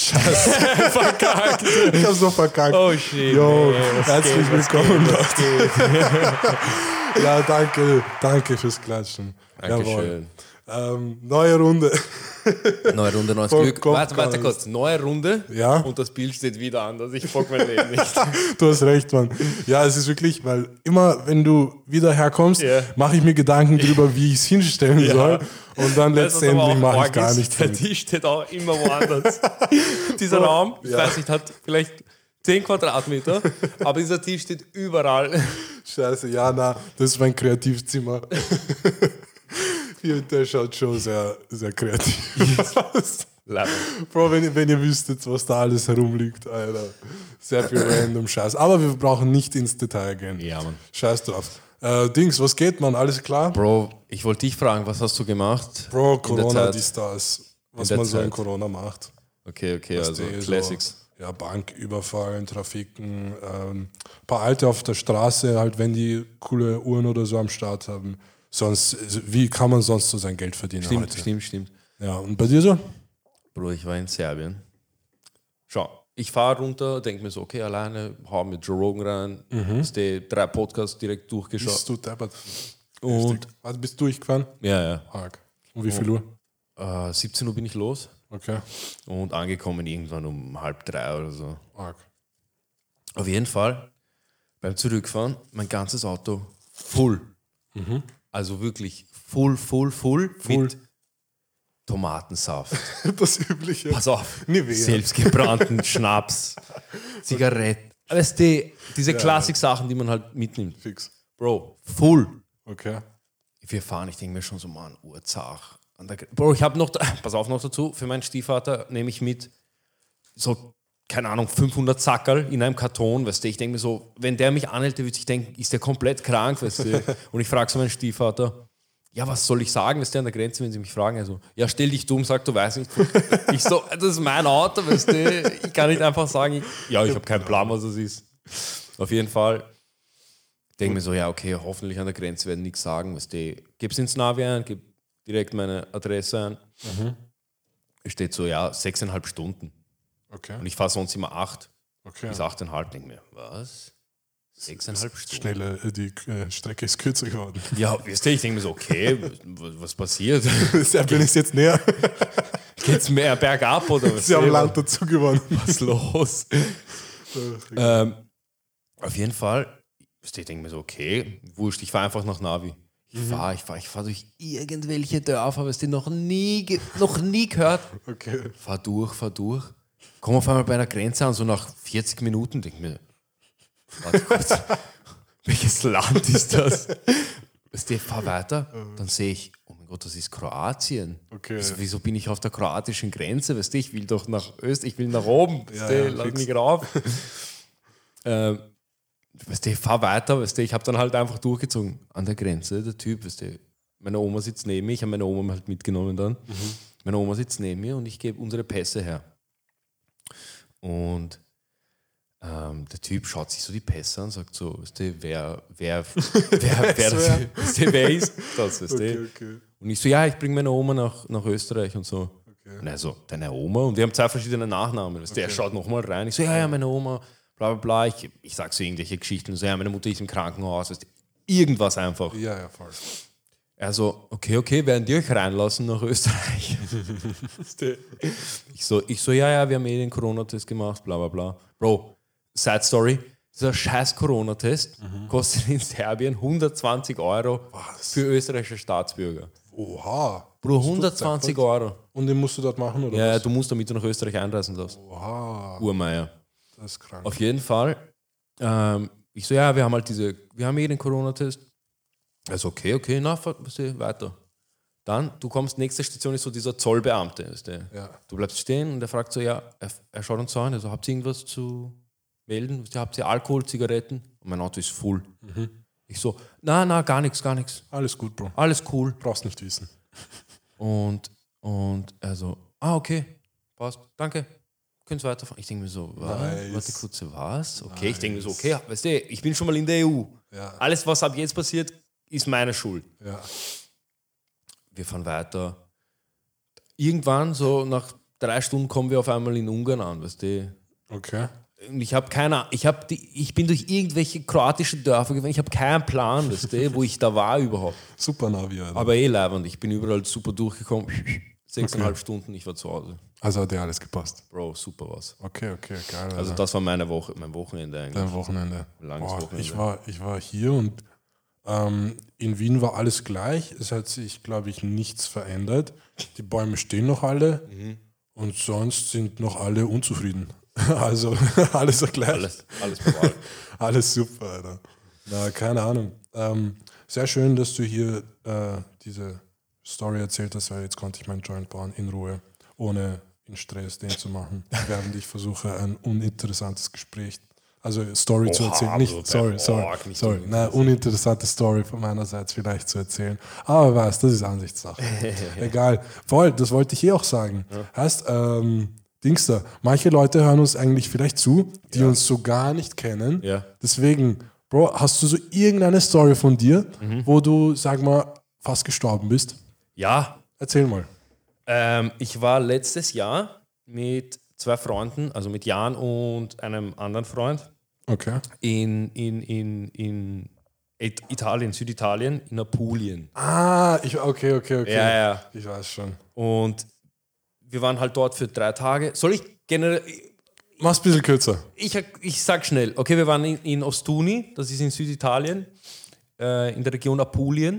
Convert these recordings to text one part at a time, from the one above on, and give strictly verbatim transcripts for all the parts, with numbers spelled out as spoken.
Scheiße. Verkackt. Ich hab's noch verkackt. Oh shit. Jo, ey, herzlich geht, willkommen. Was geht, was geht. Ja, danke. Danke fürs Klatschen. Dankeschön. Ähm, neue Runde. Neue Runde, neues Voll Glück. Kopf Warte, warte gar kurz. Neue Runde Ja. und das Bild steht wieder anders. Ich bock mein Leben nicht. Du hast recht, Mann. Ja, es ist wirklich, weil immer, wenn du wieder herkommst, Ja. mache ich mir Gedanken darüber, wie ich es hinstellen Ja. soll. Und dann Weißt du, was aber letztendlich auch mache ich arg gar ist? nichts Der damit. Tisch steht auch immer woanders. Dieser Oh, Raum, ich ja. weiß nicht, hat vielleicht zehn Quadratmeter, aber dieser Tisch steht überall. Scheiße, ja, na, das ist mein Kreativzimmer. Hier, der schaut schon sehr, sehr kreativ aus. Bro, wenn, ihr- wenn ihr wüsstet, was da alles herumliegt, Alter. Sehr viel random Scheiß. Aber wir brauchen nicht ins Detail gehen. Ja, Mann. Scheiß drauf. Äh, Dings, was geht, Mann? Alles klar? Bro, ich wollte dich fragen, was hast du gemacht? Bro, in der Corona, Zeit? die Stars. Was der man so in Zeit. Corona macht. Okay, okay, Weißt also du, so, Classics. Ja, Banküberfallen, Trafiken, ähm, paar Alte auf der Straße, halt, wenn die coole Uhren oder so am Start haben. Sonst, also, wie kann man sonst so sein Geld verdienen Stimmt, heute? stimmt, stimmt. Ja, und bei dir so? Bro, ich war in Serbien. Schau, ich fahre runter, denke mir so, okay, alleine, hau mit Joe Rogan rein, Mhm. hast die drei Podcasts direkt durchgeschaut. Bist du deppert? Und Also bist du durchgefahren? ja, ja. Arg. Um wie viel Uhr? Äh, siebzehn Uhr bin ich los Okay. und angekommen irgendwann um halb drei oder so. Arg. Auf jeden Fall, beim Zurückfahren, mein ganzes Auto voll. Also wirklich full, full, full, Mhm. Full. mit Tomatensaft. Das Übliche. Pass auf, Nivea. selbstgebrannten Schnaps, Zigaretten. Weißt du, diese Klassik-Sachen, die man halt mitnimmt. Fix. Bro, full. Okay. Wir fahren, ich denke mir schon so, Mann, urzach. An der Gre- Bro, ich habe noch, pass auf noch dazu, für meinen Stiefvater nehme ich mit so, keine Ahnung, fünfhundert Sackerl in einem Karton, weißt du, ich denke mir so, wenn der mich anhält, der würde sich denken, ist der komplett krank, weißt du. Und ich frage so meinen Stiefvater, ja, was soll ich sagen, weißt du, an der Grenze, wenn sie mich fragen, also, ja, stell dich dumm, sag, du weißt nicht. Ich so, das ist mein Auto, weißt du, ich kann nicht einfach sagen, ich, ja, ich habe keinen Plan, was das ist. Auf jeden Fall denke mir so, ja, okay, hoffentlich an der Grenze werden nichts sagen, weißt du, gib's ins Navi ein, gib direkt meine Adresse ein. Es steht so, ja, sechseinhalb Stunden. Okay. Und ich fahre sonst immer acht Okay. bis achteinhalb, denke mir, was? Sechseinhalb Stunden? Schnelle, äh, die äh, Strecke ist kürzer geworden. Ja, weißt du, ich denke mir so, okay, was, was passiert? Serbien ist jetzt näher. Geht's mehr bergab oder was? Sie haben Land dazu gewonnen. Was ist los? ähm, auf jeden Fall, weißt du, ich denke mir so, okay, wurscht, ich fahre einfach nach Navi. Ich fahre, ich fahre, ich fahre durch irgendwelche Dörfer, was die noch nie, ge- noch nie gehört. Okay. Fahr durch, fahr durch. Komm auf einmal bei einer Grenze an, so nach vierzig Minuten, denk mir, warte kurz, welches Land ist das? Weißt du, fahr weiter, dann sehe ich, oh mein Gott, das ist Kroatien. Okay. Also, wieso bin ich auf der kroatischen Grenze? Weißt du, ich will doch nach Österreich, ich will nach oben. Weißt Ja, du, ja, lass fix. mich rauf. ähm, weißt du, fahr weiter, weißt du, ich habe dann halt einfach durchgezogen. An der Grenze, der Typ, weißt du, meine Oma sitzt neben mir, ich habe meine Oma halt mitgenommen dann. Meine Oma sitzt neben mir und ich gebe unsere Pässe her. Und ähm, der Typ schaut sich so die Pässe an und sagt so, weißt du, wer, wer, wer, wer, das, wer? weißt du, wer ist das? Weißt du? Okay, okay. Und ich so, ja, ich bringe meine Oma nach, nach Österreich und so. Und er so, deine Oma? Und wir haben zwei verschiedene Nachnamen. Weißt du, Der schaut nochmal rein. Ich so, ja, ja, meine Oma, bla bla bla. Ich, ich sag so irgendwelche Geschichten. So, ja, meine Mutter ist im Krankenhaus. Weißt du, irgendwas einfach. Ja, ja, voll. Er so, okay, okay, werden die euch reinlassen nach Österreich? ich, so, ich so, ja, ja, wir haben eh den Corona-Test gemacht, bla bla bla. Bro, Side Story, dieser scheiß Corona-Test kostet in Serbien hundertzwanzig Euro für österreichische Staatsbürger. Oha. Bro, Bist du hundertzwanzig deppert? Euro. Und den musst du dort machen, oder Ja, ja, was? du musst, damit du nach Österreich einreisen darfst. Oha. Urmeier. Das ist krank. Auf jeden Fall. Ähm, ich so, ja, wir haben halt diese, wir haben eh den Corona-Test. Also, okay, okay, na, was weiter. Dann, du kommst, nächste Station ist so dieser Zollbeamte. Weißt du? Ja. du bleibst stehen und er fragt so, ja, er, er schaut uns so an, also habt ihr irgendwas zu melden? Weißt du, habt ihr Alkohol, Zigaretten? Und mein Auto ist voll. Ich so, na, na, gar nichts, gar nichts. Alles gut, Bro. Alles cool. Brauchst nicht wissen. Und, und er so, ah, okay, passt, danke. Könnt weiterfahren. Ich denke mir so, was? Nice. Warte kurz, was? Okay, ich denke mir so, okay, weißt du, ich bin schon mal in der E U. Ja. Alles, was ab jetzt passiert, ist meine Schuld. Ja. Wir fahren weiter. Irgendwann, so nach drei Stunden kommen wir auf einmal in Ungarn an, weißt du? Okay. Und ich habe keine, ich habe die, ich bin durch irgendwelche kroatischen Dörfer gefahren, ich habe keinen Plan, weißt du, wo ich da war überhaupt. Super Navi, Alter. Aber eh leibend, ich bin überall super durchgekommen, sechseinhalb Okay. Stunden, ich war zu Hause. Also hat dir alles gepasst. Bro, super was. Okay, okay, geil. Alter. Also das war meine Woche, mein Wochenende eigentlich. Dein Wochenende. Langes Boah, Wochenende. Ich war, ich war hier und ähm, in Wien war alles gleich. Es hat sich, glaube ich, nichts verändert. Die Bäume stehen noch alle Mhm. und sonst sind noch alle unzufrieden. Also alles gleich. Alles, alles bewahren. Alles super, Alter. Na, keine Ahnung. Ähm, sehr schön, dass du hier äh, diese Story erzählt hast, weil jetzt konnte ich meinen Joint bauen in Ruhe, ohne in Stress den zu machen, während ich versuche, ein uninteressantes Gespräch, also Story zu Oha, erzählen. Nicht, also sorry, beim sorry, Org nicht sorry. Nein, uninteressante Story von meinerseits vielleicht zu erzählen. Aber was, das ist Ansichtssache. Egal. Voll, das wollte ich eh auch sagen. Ja. Heißt, ähm, Dings da, manche Leute hören uns eigentlich vielleicht zu, die ja. uns so gar nicht kennen. Ja. Deswegen, Bro, hast du so irgendeine Story von dir, mhm. wo du, sag mal, fast gestorben bist? Ja. Erzähl mal. Ähm, ich war letztes Jahr mit zwei Freunden, also mit Jan und einem anderen Freund, okay. in, in, in, in Italien, Süditalien, in Apulien. Ah, ich, okay, okay, okay. Ja, ja. Ich weiß schon. Und wir waren halt dort für drei Tage. Soll ich generell... Mach's ein bisschen kürzer. Ich, ich sag schnell. Okay, wir waren in, in Ostuni, das ist in Süditalien, äh, in der Region Apulien.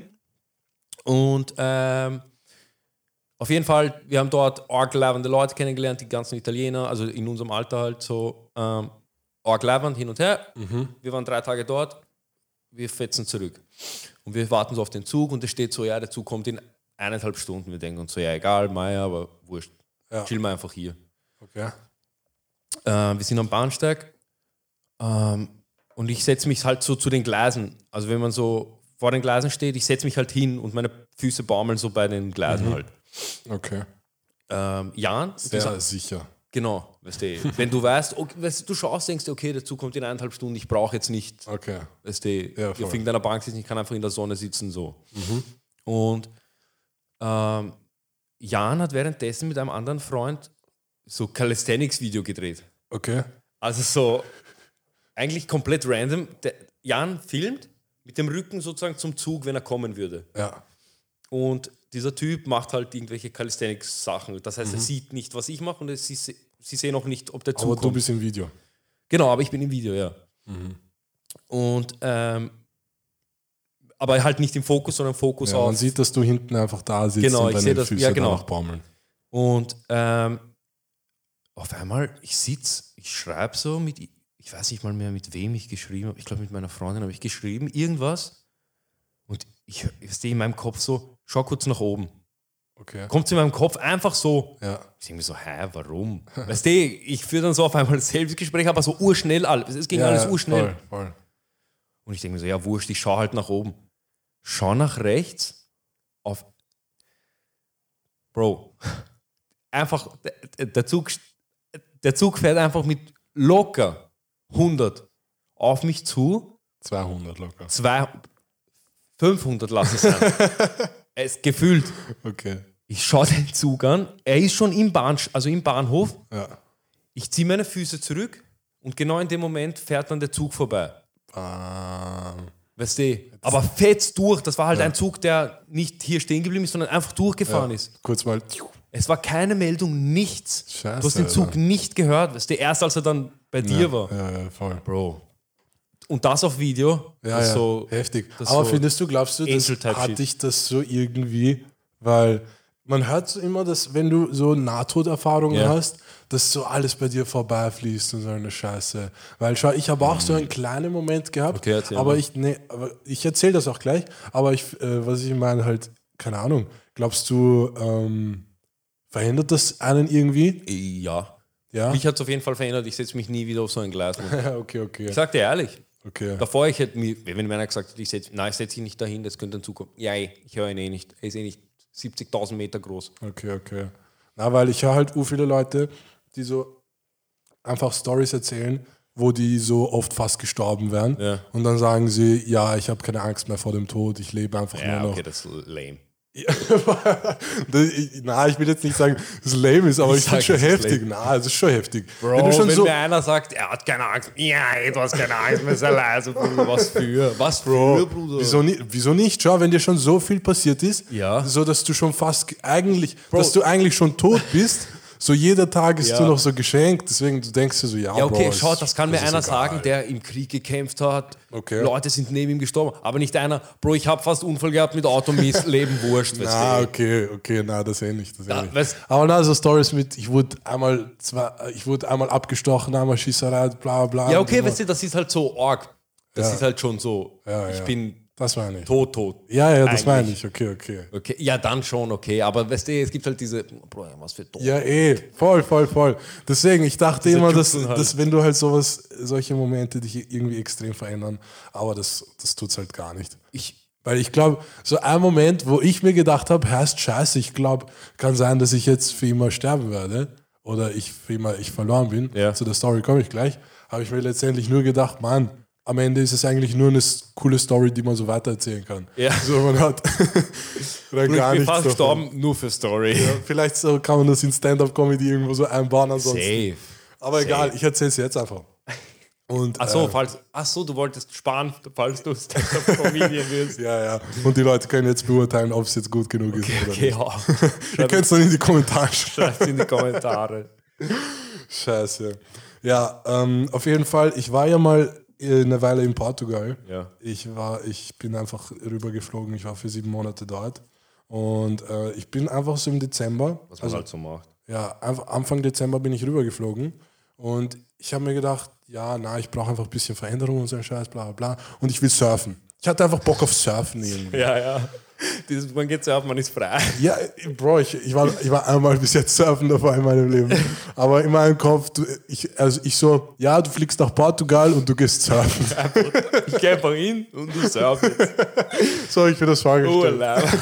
Und ähm, auf jeden Fall, wir haben dort arg leibende Leute kennengelernt, die ganzen Italiener, also in unserem Alter halt so ähm, arg leibend hin und her. Mhm. Wir waren drei Tage dort, wir fetzen zurück. Und wir warten so auf den Zug und es steht so, ja, der Zug kommt in eineinhalb Stunden. Wir denken uns so, ja, egal, Meier, aber wurscht. Ja. Chill mal einfach hier. Okay. Äh, wir sind am Bahnsteig ähm, und ich setze mich halt so zu den Gleisen. Also wenn man so vor den Gleisen steht, ich setze mich halt hin und meine Füße baumeln so bei den Gleisen mhm. halt. Okay. Ähm, Jan? Sehr dieser, sicher. Genau, weißt du, wenn du weißt, okay, weißt du, du schaust, denkst du, okay, der Zug kommt in eineinhalb Stunden, ich brauche jetzt nicht, okay. weißt du, ja, auf irgendeiner Bank sitzen, ich kann einfach in der Sonne sitzen, so. Mhm. Und ähm, Jan hat währenddessen mit einem anderen Freund so Calisthenics-Video gedreht. Okay. Also so, eigentlich komplett random. Der Jan filmt mit dem Rücken sozusagen zum Zug, wenn er kommen würde. Ja. Und dieser Typ macht halt irgendwelche Calisthenics-Sachen. Das heißt, mhm. er sieht nicht, was ich mache und sie, sie sehen auch nicht, ob der Zug aber kommt. Aber du bist im Video. Genau, aber ich bin im Video, ja. Mhm. Und ähm, aber halt nicht im Fokus, sondern Fokus ja, auf... Man sieht, dass du hinten einfach da sitzt genau, und ich deine sehe das, Füße ja, genau. danach baumeln. Und ähm, auf einmal, ich sitze, ich schreibe so mit, ich weiß nicht mal mehr, mit wem ich geschrieben habe, ich glaube mit meiner Freundin habe ich geschrieben, irgendwas und ich, ich stehe in meinem Kopf so, schau kurz nach oben. Okay. Kommt in meinem Kopf einfach so. Ja. Ich denke mir so, hä, warum? Weißt du, ich führe dann so auf einmal ein Selbstgespräch, aber so urschnell alles, es ging ja, alles urschnell. Voll, voll. Und ich denke mir so, ja wurscht, ich schaue halt nach oben. Schau nach rechts, auf... Bro, einfach, der, der Zug... Der Zug fährt einfach mit locker hundert auf mich zu. zweihundert locker. Zwei, fünfhundert lass es sein. Es gefühlt. Okay. Ich schaue den Zug an. Er ist schon im, Bahn, also im Bahnhof. Ja. Ich ziehe meine Füße zurück und genau in dem Moment fährt dann der Zug vorbei. Ah. Weißt du, aber fetzt durch. Das war halt ja. ein Zug, der nicht hier stehen geblieben ist, sondern einfach durchgefahren ja. ist. Kurz mal... Es war keine Meldung, nichts. Scheiße, du hast den Zug Alter. nicht gehört. Weißt du, erst als er dann bei ja, dir war. Ja, ja, voll. Bro. Und das auf Video. Ja, das ja. So, heftig. das Aber so findest du, glaubst du, das hatte ich das so irgendwie, weil man hört so immer, dass wenn du so Nahtoderfahrungen ja. hast, dass so alles bei dir vorbeifließt und so eine Scheiße. Weil schau, ich habe auch so einen kleinen Moment gehabt, okay, aber mal. ich, nee, aber ich erzähle das auch gleich, aber ich, äh, was ich meine halt, keine Ahnung, glaubst du, ähm, verhindert das einen irgendwie? Ja. ja? Mich hat es auf jeden Fall verändert. Ich setze mich nie wieder auf so ein Glas. okay, okay. Ich sag dir ehrlich. Okay. Davor, ich hätte mir, wenn mir einer gesagt hätte, ich setze, nein, ich setze ihn nicht dahin, das könnte dann zukommen. Ja, ich höre ihn eh nicht. Er ist eh nicht siebzigtausend Meter groß. Okay, okay. Na, weil ich höre halt u viele Leute, die so einfach Storys erzählen, wo die so oft fast gestorben wären. Ja. Und dann sagen sie, ja, ich habe keine Angst mehr vor dem Tod, ich lebe einfach ja, nur noch. okay, das ist lame. das, ich, na, ich will jetzt nicht sagen, dass es lame ist, aber ich, ich finde schon heftig. Lame. Na, es ist schon heftig. Bro, wenn, du schon wenn so mir einer sagt, er hat keine Angst, ja, du hast keine Angst mehr, sei leise, Bruder, was für, was Bro, für, Bruder. Wieso nicht, wieso nicht? Schau, wenn dir schon so viel passiert ist, ja. so dass du schon fast eigentlich, Bro. dass du eigentlich schon tot bist, so jeder Tag ist ja. du noch so geschenkt, deswegen du denkst dir so, ja, ja okay, Bro, schau, das kann das mir einer egal. sagen, der im Krieg gekämpft hat, okay. Leute sind neben ihm gestorben, aber nicht einer, Bro, ich habe fast Unfall gehabt mit Auto, Mist, Leben wurscht. Na, okay, okay, na, das eh nicht, das eh ja, nicht. Weißt, aber na, so Stories mit, ich wurde einmal, zwar, ich wurde einmal abgestochen, einmal Schießerei, bla bla. Ja, okay, weißt du, das ist halt so arg, das ja. ist halt schon so, ja, ich ja. bin... Das meine ich. Tot, tot. Ja, ja, das meine ich. Okay, okay. Okay, ja, dann schon, okay. Aber weißt du, es gibt halt diese, Bro, was für tot. Ja, eh, voll, voll, voll. Deswegen, ich dachte diese immer, dass, halt. dass wenn du halt sowas, solche Momente dich irgendwie extrem verändern, aber das, das tut's halt gar nicht. Ich, Weil ich glaube, so ein Moment, wo ich mir gedacht habe, heißt scheiße, ich glaube, kann sein, dass ich jetzt für immer sterben werde oder ich für immer ich verloren bin. Ja. Zu der Story komme ich gleich. Habe ich mir letztendlich nur gedacht, Mann, am Ende ist es eigentlich nur eine coole Story, die man so weitererzählen kann. Ja. So, man hat dann gar nichts fast gestorben, nur für Story. Ja, vielleicht so kann man das in Stand-Up-Comedy irgendwo so einbauen. Ansonsten. Safe. Aber Safe. egal, ich erzähle es jetzt einfach. Und, ach so, äh, falls, ach so, du wolltest sparen, falls du Stand-Up-Comedian wirst. Ja, ja. Und die Leute können jetzt beurteilen, ob es jetzt gut genug okay, ist oder okay, nicht. Ja. Ihr könnt es dann in die Kommentare schreiben. Schreibt es in die Kommentare. Scheiße. Ja, ähm, auf jeden Fall, ich war ja mal eine Weile in Portugal. Ja. Ich war, ich bin einfach rübergeflogen, ich war für sieben Monate dort. Und äh, ich bin einfach so im Dezember. Was man also, halt so macht. Ja, einfach Anfang Dezember bin ich rübergeflogen. Und ich habe mir gedacht, ja, na, ich brauche einfach ein bisschen Veränderung und so ein Scheiß, bla bla bla. Und ich will surfen. Ich hatte einfach Bock auf Surfen irgendwie. Ja, ja. Dieses, man geht surfen, man ist frei. Ja, Bro, ich, ich, war, ich war einmal bis jetzt surfen davor in meinem Leben. Aber in meinem Kopf, du, ich, also ich so, ja, du fliegst nach Portugal und du gehst surfen. Ich gehe einfach hin und du surfst. So habe ich mir das vorgestellt.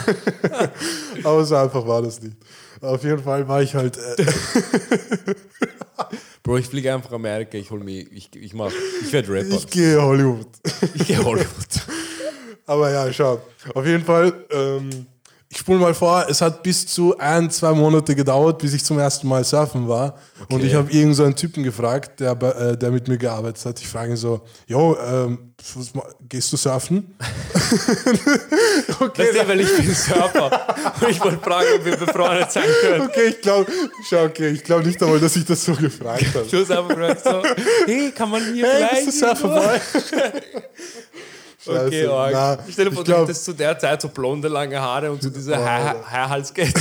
Oh, aber so einfach war das nicht. Auf jeden Fall war ich halt... Äh Bro, ich fliege einfach Amerika, ich hol mich, ich, ich mach, ich werde Rapper. Ich gehe Hollywood. Ich gehe Hollywood. Aber ja, schau. Auf jeden Fall, ähm, ich spule mal vor, es hat bis zu ein, zwei Monate gedauert, bis ich zum ersten Mal surfen war. Okay. Und ich habe irgend so einen Typen gefragt, der, äh, der mit mir gearbeitet hat. Ich frage ihn so, jo, ähm, gehst du surfen? Okay, weißt du, weil ich bin Surfer. Und ich wollte fragen, ob wir befreundet sein können. Okay, ich glaube, schau, okay, ich glaube nicht einmal, dass ich das so gefragt habe. Du hast einfach gefragt so, hey, kann man hier hey, gleich? Bist du Surferboy? Okay, Na, ich stelle dir vor, du hättest zu der Zeit so blonde, lange Haare und so diese oh, Haarhalskette.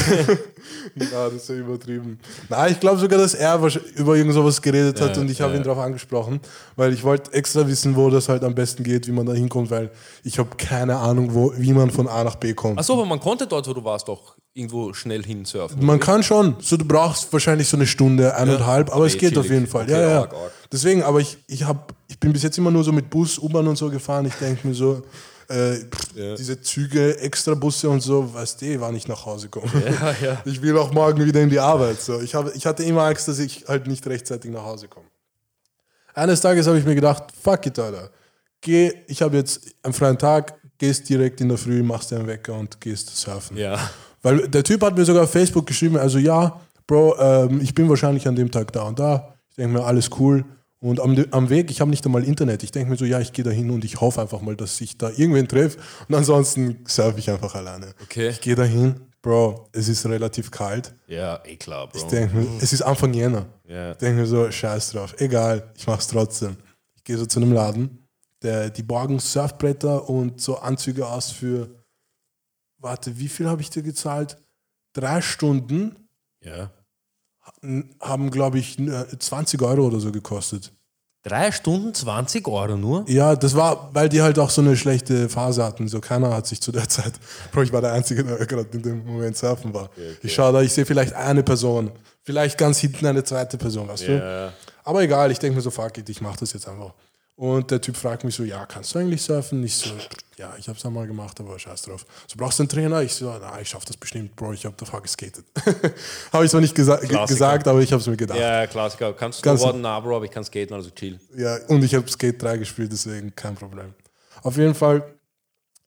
Ja, das ist ja übertrieben. Na, ich glaube sogar, dass er über irgend sowas geredet hat ja, und ich habe ja. ihn darauf angesprochen, weil ich wollte extra wissen, wo das halt am besten geht, wie man da hinkommt, weil ich habe keine Ahnung, wo, wie man von A nach B kommt. Achso, aber man konnte dort, wo du warst, doch irgendwo schnell hinsurfen. Man kann schon. So, du brauchst wahrscheinlich so eine Stunde, eineinhalb, ja, aber es geht chillig. Auf jeden Fall. Okay, ja, ja. Arg, arg. Deswegen, aber ich, ich, hab, ich bin bis jetzt immer nur so mit Bus, U-Bahn und so gefahren. Ich denke mir so, äh, pff, ja. diese Züge, Extrabusse und so, weißt du, wann ich nach Hause komme. Ja, ja. Ich will auch morgen wieder in die Arbeit. So. Ich, hab, ich hatte immer Angst, dass ich halt nicht rechtzeitig nach Hause komme. Eines Tages habe ich mir gedacht, fuck it, Alter. Geh, ich habe jetzt einen freien Tag, gehst direkt in der Früh, machst dir einen Wecker und gehst surfen. Ja. Weil der Typ hat mir sogar auf Facebook geschrieben, also ja, Bro, ähm, ich bin wahrscheinlich an dem Tag da und da. Ich denke mir, alles cool. Und am, am Weg, ich habe nicht einmal Internet. Ich denke mir so, ja, ich gehe da hin und ich hoffe einfach mal, dass ich da irgendwen treffe. Und ansonsten surfe ich einfach alleine. Okay. Ich gehe da hin, Bro, es ist relativ kalt. Ja, eh klar, Bro. Ich denke mir, es ist Anfang Jänner. Ja. Ich denke mir so, scheiß drauf. Egal, ich mache es trotzdem. Ich gehe so zu einem Laden, der, die borgen Surfbretter und so Anzüge aus für, warte, wie viel habe ich dir gezahlt? Drei Stunden. Ja. Haben, glaube ich, zwanzig Euro oder so gekostet. Drei Stunden, zwanzig Euro nur? Ja, das war, weil die halt auch so eine schlechte Phase hatten. So keiner hat sich zu der Zeit, Bro, ich war der Einzige, der gerade in dem Moment surfen war. Okay, okay. Ich schaue da, ich sehe vielleicht eine Person, vielleicht ganz hinten eine zweite Person, weißt yeah. du? Aber egal, ich denke mir so, fuck it, ich mache das jetzt einfach. Und der Typ fragt mich so, ja, kannst du eigentlich surfen? Ich so, ja, ich habe es einmal gemacht, aber scheiß drauf. So, brauchst du einen Trainer? Ich so, na, ich schaff das bestimmt, Bro, ich habe davor geskatet. Habe ich zwar nicht gesa- gesagt, aber ich habe es mir gedacht. Ja, Klassiker. Kannst du snowboarden? Na, Bro, aber ich kann skaten, also chill. Ja, und ich habe Skate drei gespielt, deswegen kein Problem. Auf jeden Fall,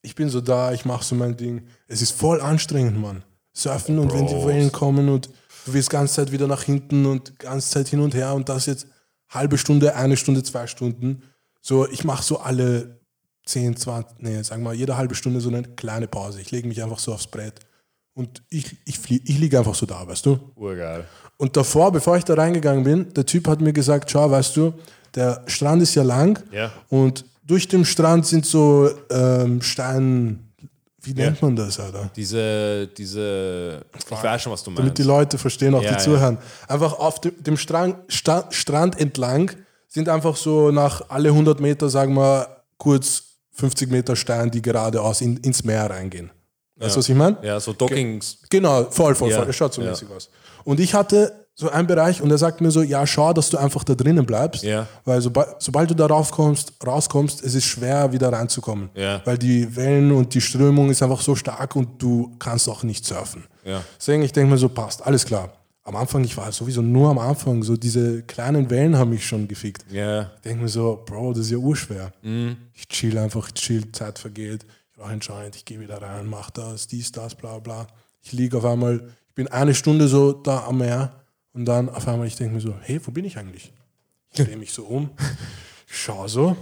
ich bin so da, ich mache so mein Ding. Es ist voll anstrengend, Mann. Surfen und Bros. Wenn die Wellen kommen und du willst die ganze Zeit wieder nach hinten und die ganze Zeit hin und her und das jetzt halbe Stunde, eine Stunde, zwei Stunden. So, ich mache so alle zehn, zwanzig, nee, sagen wir mal, jede halbe Stunde so eine kleine Pause. Ich lege mich einfach so aufs Brett und ich, ich, flie- ich liege einfach so da, weißt du? Urgeil. Und davor, bevor ich da reingegangen bin, der Typ hat mir gesagt, schau, weißt du, der Strand ist ja lang Ja. und durch den Strand sind so ähm, Stein, wie nennt man das, Alter? Diese, diese, ich weiß schon, was du meinst. Damit die Leute verstehen, auch Ja, die ja. zuhören. Einfach auf dem, dem Strand, Sta- Strand entlang sind einfach so nach alle hundert Meter, sagen wir, kurz fünfzig Meter Steine, die geradeaus in, ins Meer reingehen. Weißt du, Ja. was ich meine? Ja, so Dockings. Genau, voll, voll, Ja. voll. Das schaut so Ja. mäßig aus. Und ich hatte so einen Bereich und er sagt mir so, ja, schau, dass du einfach da drinnen bleibst, Ja. weil soba- sobald du da raufkommst, rauskommst, es ist schwer, wieder reinzukommen. Ja. Weil die Wellen und die Strömung ist einfach so stark und du kannst auch nicht surfen. Ja. Deswegen, ich denke mir so, passt, alles klar. Am Anfang, ich war sowieso nur am Anfang, so diese kleinen Wellen haben mich schon gefickt. Ja. Ich denke mir so, Bro, das ist ja urschwer. Mhm. Ich chill einfach, ich chill, Zeit vergeht, ich rauche einen Joint, ich gehe wieder rein, mach das, dies, das, bla bla. Ich liege auf einmal, ich bin eine Stunde so da am Meer und dann auf einmal, ich denke mir so, hey, wo bin ich eigentlich? Ich drehe mich so um, ich schaue so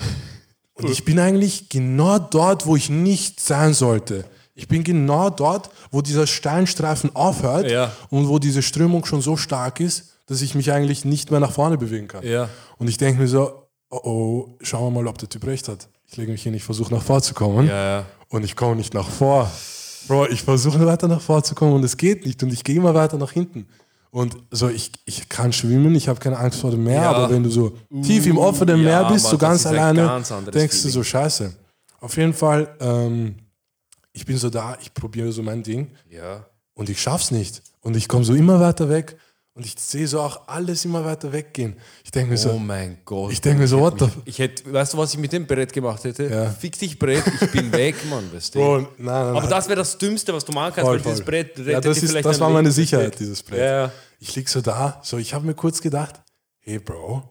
und ich bin eigentlich genau dort, wo ich nicht sein sollte. Ich bin genau dort, wo dieser Steinstreifen aufhört Ja. und wo diese Strömung schon so stark ist, dass ich mich eigentlich nicht mehr nach vorne bewegen kann. Ja. Und ich denke mir so, oh oh, schauen wir mal, ob der Typ recht hat. Ich lege mich hin, ich versuche nach vor zu kommen Ja, ja. und ich komme nicht nach vor. Bro, ich versuche weiter nach vor zu kommen und es geht nicht und ich gehe immer weiter nach hinten. Und so, ich, ich kann schwimmen, ich habe keine Angst vor dem Meer, Ja. aber wenn du so tief im offenen ja, Meer bist, Mann, so das ganz ist ein alleine, ganz anderes denkst du Feeling. so, scheiße. Auf jeden Fall, ähm, ich bin so da, ich probiere so mein Ding Ja. und ich schaff's nicht. Und ich komme so immer weiter weg und ich sehe so auch alles immer weiter weggehen. Ich denke mir Oh so, mein Gott. ich denke mir so, what the f- Ich hätte, weißt du, was ich mit dem Brett gemacht hätte? Ja. Fick dich Brett, ich bin weg, Mann, weißt du. Bro, nein, nein, Aber nein. das wäre das Dümmste, was du machen kannst, Voll, weil dieses voll. Brett rettet Ja, das, dir ist, vielleicht das dein war meine Leben. Sicherheit, dieses Brett. Ja, ja. Ich lieg so da, so ich habe mir kurz gedacht, hey Bro,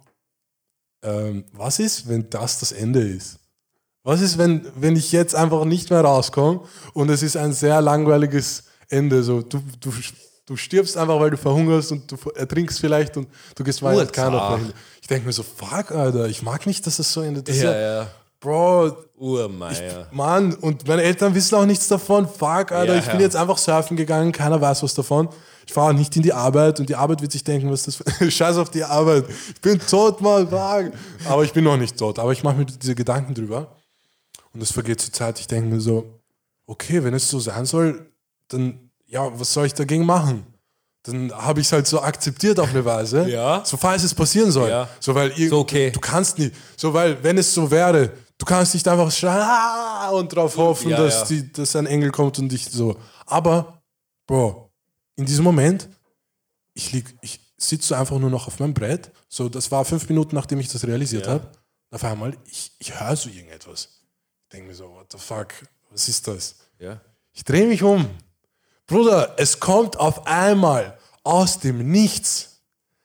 ähm, was ist, wenn das das Ende ist? Was ist, wenn, wenn ich jetzt einfach nicht mehr rauskomme und es ist ein sehr langweiliges Ende? So, du, du, du stirbst einfach, weil du verhungerst und du ertrinkst vielleicht und du gehst weiter. Keiner mehr hin. Ich denke mir so, fuck, Alter, ich mag nicht, dass es so endet. Das ist Ja, ja. Bro, Urmeier. Mann, und meine Eltern wissen auch nichts davon. Fuck, Alter, Ja, ich bin ja. jetzt einfach surfen gegangen, keiner weiß was davon. Ich fahre nicht in die Arbeit und die Arbeit wird sich denken, was ist das für Scheiß auf die Arbeit. Ich bin tot, Mann, fuck. Aber ich bin noch nicht tot, aber ich mache mir diese Gedanken drüber. Und es vergeht zur Zeit, ich denke mir so, okay, wenn es so sein soll, dann, ja, was soll ich dagegen machen? Dann habe ich es halt so akzeptiert auf eine Weise, Ja. so falls es passieren soll. Ja. So, weil ihr, So, okay. du, du kannst nicht, so, weil wenn es so wäre, du kannst nicht einfach schreien ah, und drauf hoffen, Ja, dass, ja. Die, dass ein Engel kommt und dich so. Aber, Bro, in diesem Moment, ich, lieg, ich sitze so einfach nur noch auf meinem Brett, so, das war fünf Minuten, nachdem ich das realisiert Ja. habe. Auf einmal, ich, ich höre so irgendetwas. Ich denke mir so, what the fuck, was ist das? Ja. Ich drehe mich um. Bruder, es kommt auf einmal aus dem Nichts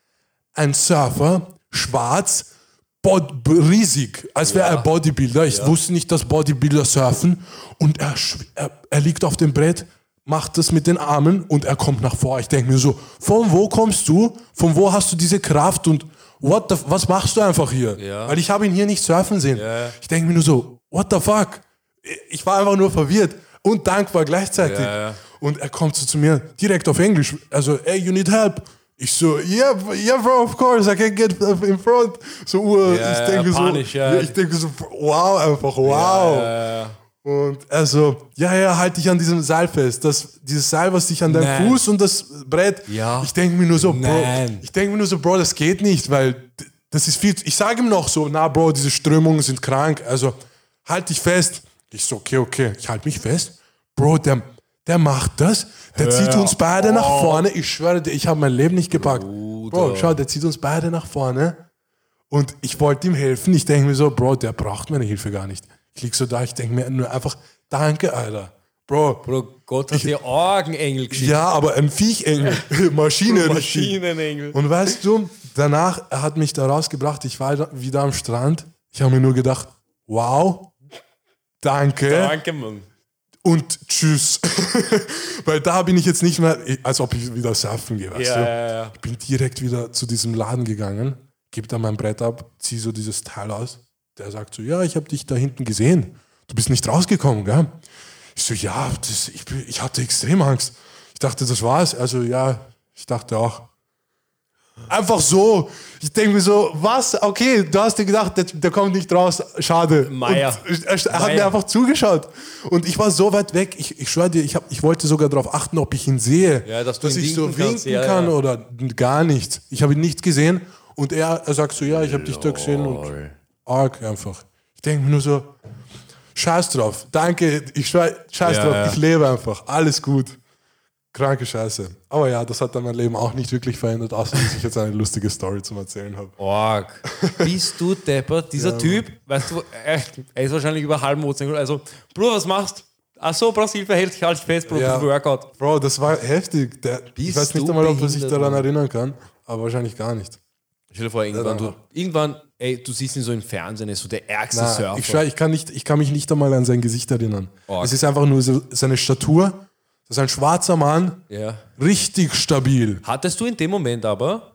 ein Surfer, schwarz, bod- riesig, als wäre Ja. er Bodybuilder. Ich Ja. wusste nicht, dass Bodybuilder surfen. Und er, schw- er, er liegt auf dem Brett, macht das mit den Armen und er kommt nach vor. Ich denke mir so, von wo kommst du? Von wo hast du diese Kraft? Und what the, was machst du einfach hier? Ja. Weil ich habe ihn hier nicht surfen sehen. Ja. Ich denke mir nur so, what the fuck? Ich war einfach nur verwirrt und dankbar gleichzeitig. Ja, ja. Und er kommt so zu mir direkt auf Englisch. Also, hey, you need help. Ich so, yeah, yeah, bro, of course, I can get in front. So, uh, Ja, ich ja, denke panisch, so, ja. ich denke so, wow, einfach, wow. Ja, ja. Und er so, ja, ja, halt dich an diesem Seil fest. Das, dieses Seil, was dich an deinem Nein. Fuß und das Brett. Ja. Ich denke mir nur so, Bro, Nein. ich denke mir nur so, Bro, das geht nicht, weil d- das ist viel. Ich sage ihm noch so, na, Bro, diese Strömungen sind krank. Also halt dich fest. Ich so, okay, okay, ich halte mich fest. Bro, der, der macht das. Der Hör zieht uns beide nach auf. vorne. Ich schwöre dir, ich habe mein Leben nicht gepackt. Bruder. Bro, schau, der zieht uns beide nach vorne. Und ich wollte ihm helfen. Ich denke mir so, Bro, der braucht meine Hilfe gar nicht. Ich lieg so da, ich denke mir nur einfach, danke, Alter. Bro, Bro, Gott hat dir Augenengel geschickt. ja, aber ein Viechengel. Maschine. richtig. Maschinenengel. Und weißt du, danach, er hat mich da rausgebracht, ich war da- wieder am Strand. Ich habe mir nur gedacht, wow, danke. Danke, Mann. Und tschüss. Weil da bin ich jetzt nicht mehr, als ob ich wieder surfen gehe, weißt Ja, du? ja, ja. Ich bin direkt wieder zu diesem Laden gegangen, gebe da mein Brett ab, ziehe so dieses Teil aus. Der sagt so, ja, ich habe dich da hinten gesehen. Du bist nicht rausgekommen, gell? Ich so, ja, das, ich, ich hatte extrem Angst. Ich dachte, das war's. Also ja, ich dachte auch. Einfach so. Ich denke mir so, was? Okay, du hast dir gedacht, der, der kommt nicht raus. Schade. Meier. Und er, er hat Meier. mir einfach zugeschaut. Und ich war so weit weg. Ich, ich schwöre dir, ich, hab, ich wollte sogar darauf achten, ob ich ihn sehe. Ja, dass du ihn ich so winken winken kannst. Ja, kann ja. oder gar nichts. Ich habe ihn nicht gesehen. Und er, er sagt so, ja, ich habe dich da gesehen. Und arg einfach. Ich denke mir nur so, scheiß drauf. Danke, ich schwör, scheiß Ja, drauf. ja. Ich lebe einfach. Alles gut. Kranke Scheiße. Aber ja, das hat dann mein Leben auch nicht wirklich verändert, außer dass ich jetzt eine lustige Story zum Erzählen habe. Org. Bist du deppert? Dieser Ja, Typ, weißt du, er, er ist wahrscheinlich über halben Ozean. Also, Bruder, was machst du? Ach so, Brasil verhält sich halt fest, Bro, Ja. das Workout. Bro, das war heftig. Der, ich Bist weiß nicht du einmal, ob er sich behindert, daran Mann? erinnern kann, aber wahrscheinlich gar nicht. Stell dir vor, irgendwann, Ja. du, irgendwann, ey, du siehst ihn so im Fernsehen, er ist so der ärgste Na, Surfer. ich, schwör, ich, kann nicht, ich kann mich nicht einmal an sein Gesicht erinnern. Org. Es ist einfach nur so, seine Statur. Das ist ein schwarzer Mann, ja. richtig stabil. Hattest du in dem Moment aber,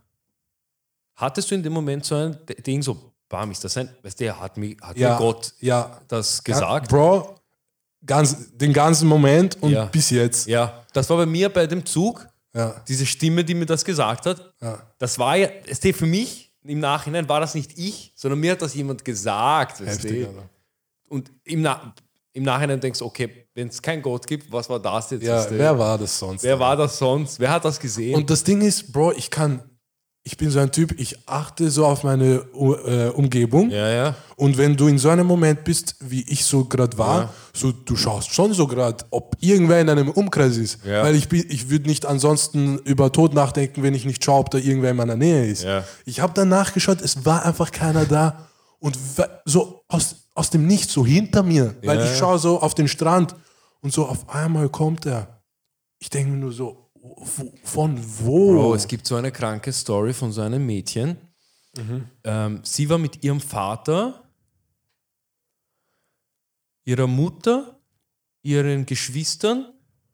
hattest du in dem Moment so ein D- Ding, so, bam, ist das ein, weißt du, hat mir, hat Ja, mir Gott ja. das gesagt? Ja, Bro, ganz, den ganzen Moment und Ja. bis jetzt. Ja, das war bei mir bei dem Zug, Ja, diese Stimme, die mir das gesagt hat, ja. das war ja, weißt du, für mich im Nachhinein war das nicht ich, sondern mir hat das jemand gesagt, weißt Heftig, du? Alter. Und im, Na- im Nachhinein denkst du, okay, wenn es keinen Gott gibt, was war das jetzt? Ja, weißt du? wer war das sonst? Wer war das sonst? Wer hat das gesehen? Und das Ding ist, Bro, ich kann, ich bin so ein Typ, ich achte so auf meine äh, Umgebung. ja, ja. Und wenn du in so einem Moment bist, wie ich so gerade war, Ja. so du schaust schon so gerade, ob irgendwer in einem Umkreis ist. Ja. Weil ich, bin- ich würde nicht ansonsten über Tod nachdenken, wenn ich nicht schaue, ob da irgendwer in meiner Nähe ist. Ja. Ich habe dann nachgeschaut, es war einfach keiner da. Und we- so aus, aus dem Nichts, so hinter mir. Weil Ja. ich schaue so auf den Strand und so auf einmal kommt er. Ich denke mir nur so, wo, von wo? Bro, es gibt so eine kranke Story von so einem Mädchen. Ähm, sie war mit ihrem Vater, ihrer Mutter, ihren Geschwistern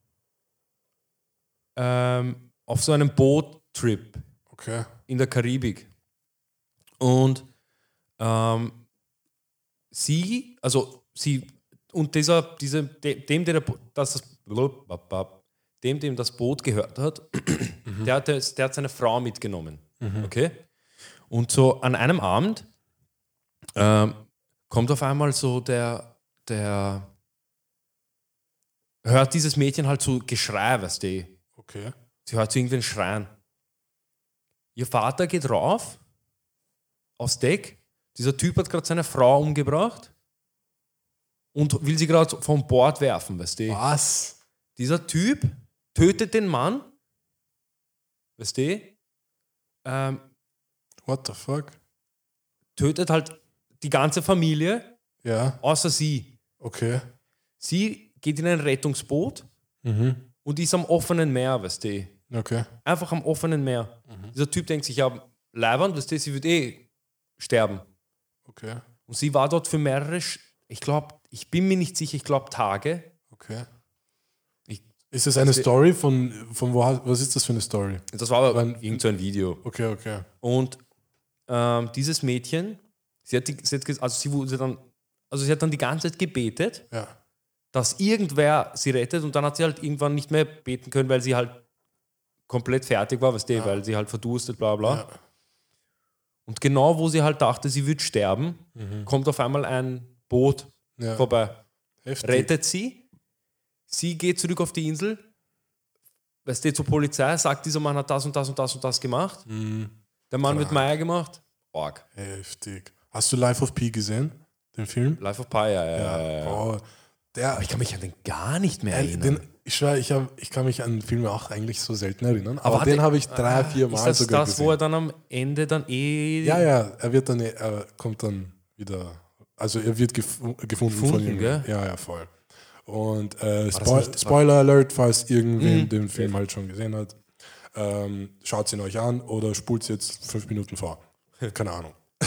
ähm, auf so einem Boottrip Okay. in der Karibik. Und ähm, sie, also sie, und dieser, diese, de- dem, der das, dem, dem das Boot gehört hat, der, hat, der hat seine Frau mitgenommen. Okay? Und so an einem Abend ähm, kommt auf einmal so der, der hört dieses Mädchen halt so Geschrei, weißt du. Okay. Sie hört so irgendwen schreien. Ihr Vater geht rauf aufs Deck. Dieser Typ hat gerade seine Frau umgebracht und will sie gerade vom Bord werfen, weißt du. Was? Dieser Typ tötet den Mann, weißt du, ähm, What the fuck? tötet halt die ganze Familie, Ja, außer sie. okay. Sie geht in ein Rettungsboot Mhm. und ist am offenen Meer, weißt du. Okay. Einfach am offenen Meer. Dieser Typ denkt sich, ja, leibend, weißt du, sie wird eh sterben. Okay. Und sie war dort für mehrere, Sch- ich glaube, ich bin mir nicht sicher, ich glaube Tage. Okay. Ich, Ist das eine Also- Story von, von wo, was ist das für eine Story? das war aber Wann- irgend so ein Video. Okay, okay. Und ähm, dieses Mädchen, sie hat, die, sie hat ges- also sie wurde dann, also sie hat dann die ganze Zeit gebetet, Ja. dass irgendwer sie rettet und dann hat sie halt irgendwann nicht mehr beten können, weil sie halt komplett fertig war, weißt du, weil sie halt verdurstet, bla bla. Ja. Und genau wo sie halt dachte, sie wird sterben, kommt auf einmal ein Boot Ja. vorbei, Heftig. rettet sie, sie geht zurück auf die Insel, weißt du, zur Polizei, sagt, dieser Mann hat das und das und das und das gemacht. Mhm. Der Mann wird Meier gemacht. Org. Heftig. Hast du Life of Pi gesehen? Den Film? Life of Pi, ja, ja, ja. ja. Oh, der, Aber ich kann mich an den gar nicht mehr äh, erinnern. den, ich schwör, ich, hab, ich kann mich an Filme auch eigentlich so selten erinnern, aber, hat den er- habe ich drei, vier Mal ist das sogar das, gesehen. wo er dann am Ende dann eh... Ja, ja, er wird dann, er kommt dann wieder, also er wird gef gefunden, von Gefunden, ihm. gell? Ja, ja, voll. Und äh, das Spoil nicht- Spoiler Alert, falls irgendwen Mhm. den Film halt schon gesehen hat, ähm, schaut ihn euch an oder spult jetzt fünf Minuten vor. Keine Ahnung.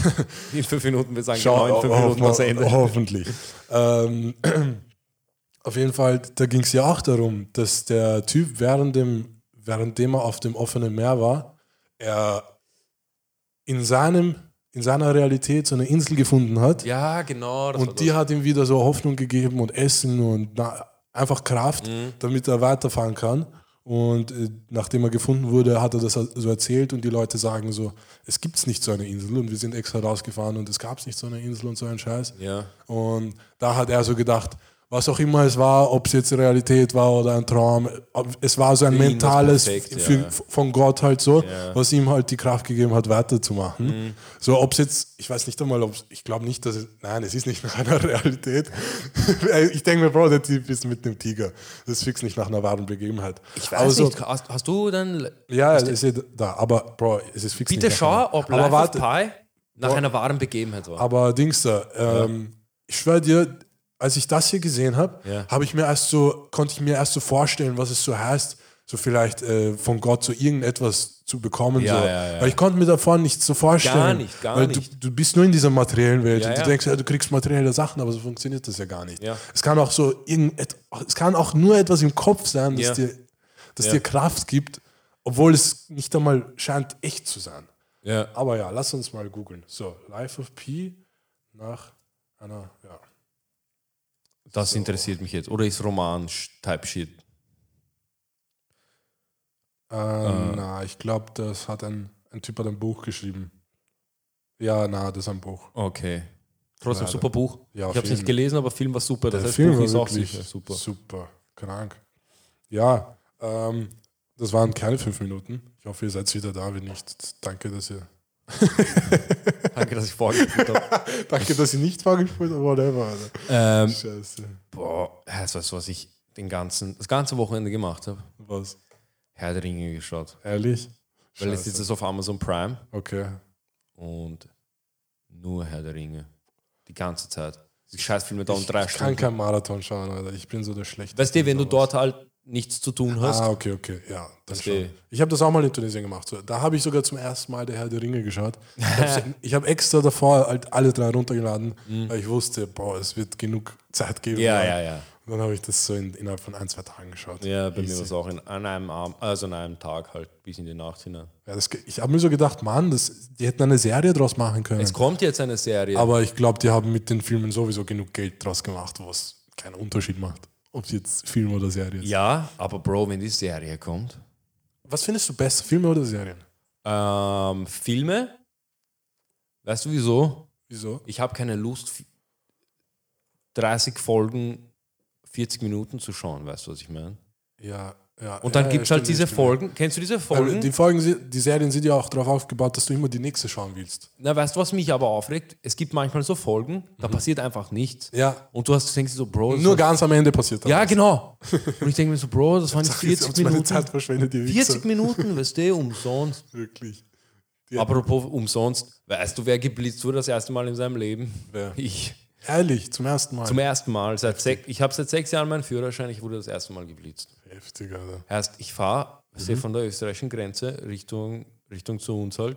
In fünf Minuten, wir sagen Schau, genau in fünf Minuten das Ende. Hoffentlich. ähm, auf jeden Fall, da ging es ja auch darum, dass der Typ während dem, währenddem er auf dem offenen Meer war, er in seinem in seiner Realität so eine Insel gefunden hat. Ja, genau. Das und die das. hat ihm wieder so Hoffnung gegeben und Essen und na, einfach Kraft, mhm. damit er weiterfahren kann. Und äh, nachdem er gefunden wurde, hat er das so erzählt und die Leute sagen so, es gibt nicht so eine Insel und wir sind extra rausgefahren und es gab nicht so eine Insel und so einen Scheiß. Ja. Und da hat er so gedacht, was auch immer es war, ob es jetzt Realität war oder ein Traum, es war so ein für mentales perfekt, für, ja. von Gott halt so, ja. was ihm halt die Kraft gegeben hat, weiterzumachen. Mhm. So, ob es jetzt, ich weiß nicht einmal, ob ich glaube nicht, dass es, nein, es ist nicht nach einer Realität. Ich denke mir, Bro, der Typ ist mit einem Tiger. Das ist fix nicht nach einer wahren Begebenheit. Ich weiß also, nicht, hast, hast du dann... Ja, es ist da, aber Bro, es ist fix bitte nicht schau, ob Life of Pi nach Bro, einer wahren Begebenheit war. Aber Dings da, ähm, ja. ich schwöre dir, als ich das hier gesehen habe, ja. habe ich mir erst so, konnte ich mir erst so vorstellen, was es so heißt, so vielleicht äh, von Gott so irgendetwas zu bekommen. Ja, so. ja, ja. Weil ich konnte mir davon nichts so vorstellen. Gar nicht, gar weil nicht. Du, du bist nur in dieser materiellen Welt ja, und du ja. denkst, ja, du kriegst materielle Sachen, aber so funktioniert das ja gar nicht. Ja. Es kann auch so irgendet, es kann auch nur etwas im Kopf sein, das, ja. dir, das ja. dir Kraft gibt, obwohl es nicht einmal scheint, echt zu sein. Ja. Aber ja, lass uns mal googeln. So, Life of Pi nach einer, ja. Das so. interessiert mich jetzt. Oder ist Roman-Type-Shit? Ähm, äh. Na, ich glaube, das hat ein, ein Typ hat ein Buch geschrieben. Ja, na, das ist ein Buch. Okay. Trotzdem Leider. super Buch. Ja, ich habe es nicht gelesen, aber Film war super. Das Der heißt, Film Buch war ist auch wirklich sicher super. Super, krank. Ja, ähm, das waren keine fünf Minuten. Ich hoffe, ihr seid wieder da. Wenn nicht, danke, dass ihr... Danke, dass ich vorgespult habe. Danke, dass ich nicht vorgespult habe, whatever. Ähm, Scheiße. Boah, das weißt du, was ich den ganzen, das ganze Wochenende gemacht habe? Was? Herr der Ringe geschaut. Ehrlich? Weil jetzt ist es auf Amazon Prime. Okay. Und nur Herr der Ringe. Die ganze Zeit. Die Scheißfilme dauern ich, drei ich Stunden. Ich kann kein Marathon schauen, Alter. Ich bin so der Schlechte. Weißt du, wenn du dort halt nichts zu tun hast. Ah, okay, okay. Ja, das schon. Ich habe das auch mal in Tunesien gemacht. So, da habe ich sogar zum ersten Mal der Herr der Ringe geschaut. Ich habe hab extra davor halt alle drei runtergeladen, mhm. weil ich wusste, boah, es wird genug Zeit geben. Ja, ja, ja. Und dann habe ich das so in, innerhalb von ein, zwei Tagen geschaut. Ja, bei Easy. Mir war es auch in, an, einem Abend, also an einem Tag halt bis in die Nacht hinein. Ja, das, ich habe mir so gedacht, Mann, das, die hätten eine Serie draus machen können. Es kommt jetzt eine Serie. Aber ich glaube, die haben mit den Filmen sowieso genug Geld draus gemacht, was keinen Unterschied macht. Ob es jetzt Film oder Serie ist. Ja, aber Bro, wenn die Serie kommt. Was findest du besser, Filme oder Serien? Ähm, Filme. Weißt du wieso? Wieso? Ich habe keine Lust, dreißig Folgen, vierzig Minuten zu schauen. Weißt du, was ich meine? Ja, ja. Und dann ja, gibt es ja, halt diese Folgen. Ja. Kennst du diese Folgen? Die Folgen, die Serien sind ja auch darauf aufgebaut, dass du immer die nächste schauen willst. Na, weißt du, was mich aber aufregt? Es gibt manchmal so Folgen, da mhm. passiert einfach nichts. Ja. Und du hast, denkst so, Bro... Nur ganz am Ende passiert das. Ja, genau. Und ich denke mir so, Bro, das waren jetzt vierzig Minuten. Meine Zeit verschwendet, die vierzig Minuten, weißt du, umsonst. Wirklich. Die Apropos umsonst, weißt du, wer geblitzt wurde das erste Mal in seinem Leben? Wer? Ich. Ehrlich, zum ersten Mal? Zum ersten Mal. Seit sech, ich habe seit sechs Jahren meinen Führerschein, ich wurde das erste Mal geblitzt. Heftig, Alter. Heißt, ich fahre mhm. von der österreichischen Grenze Richtung, Richtung zu uns halt.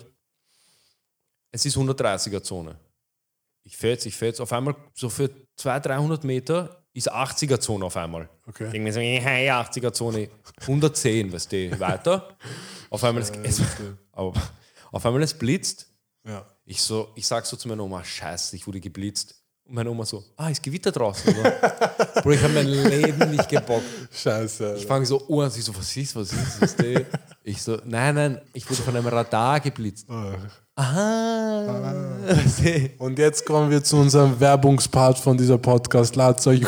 Es ist hundertdreißiger-Zone. Ich fahre jetzt, ich fahre jetzt auf einmal so für zweihundert, dreihundert Meter ist achtziger-Zone auf einmal. Okay. Ich denke mir so, hey, achtziger-Zone, hundertzehn, weißt du, weiter. Auf einmal, es, es, aber, auf einmal es blitzt. Ja. Ich, so, ich sag so zu meiner Oma, scheiße, ich wurde geblitzt. Und meine Oma so, ah, ist Gewitter draußen, oder? Bro, ich habe mein Leben nicht gebockt. Scheiße. Alter. Ich fange so an, sie so, was ist, was ist, was ist Ich so, nein, nein, ich wurde von einem Radar geblitzt. Oh. Aha. Ah. Und jetzt kommen wir zu unserem Werbungspart von dieser Podcast. Ladet euch...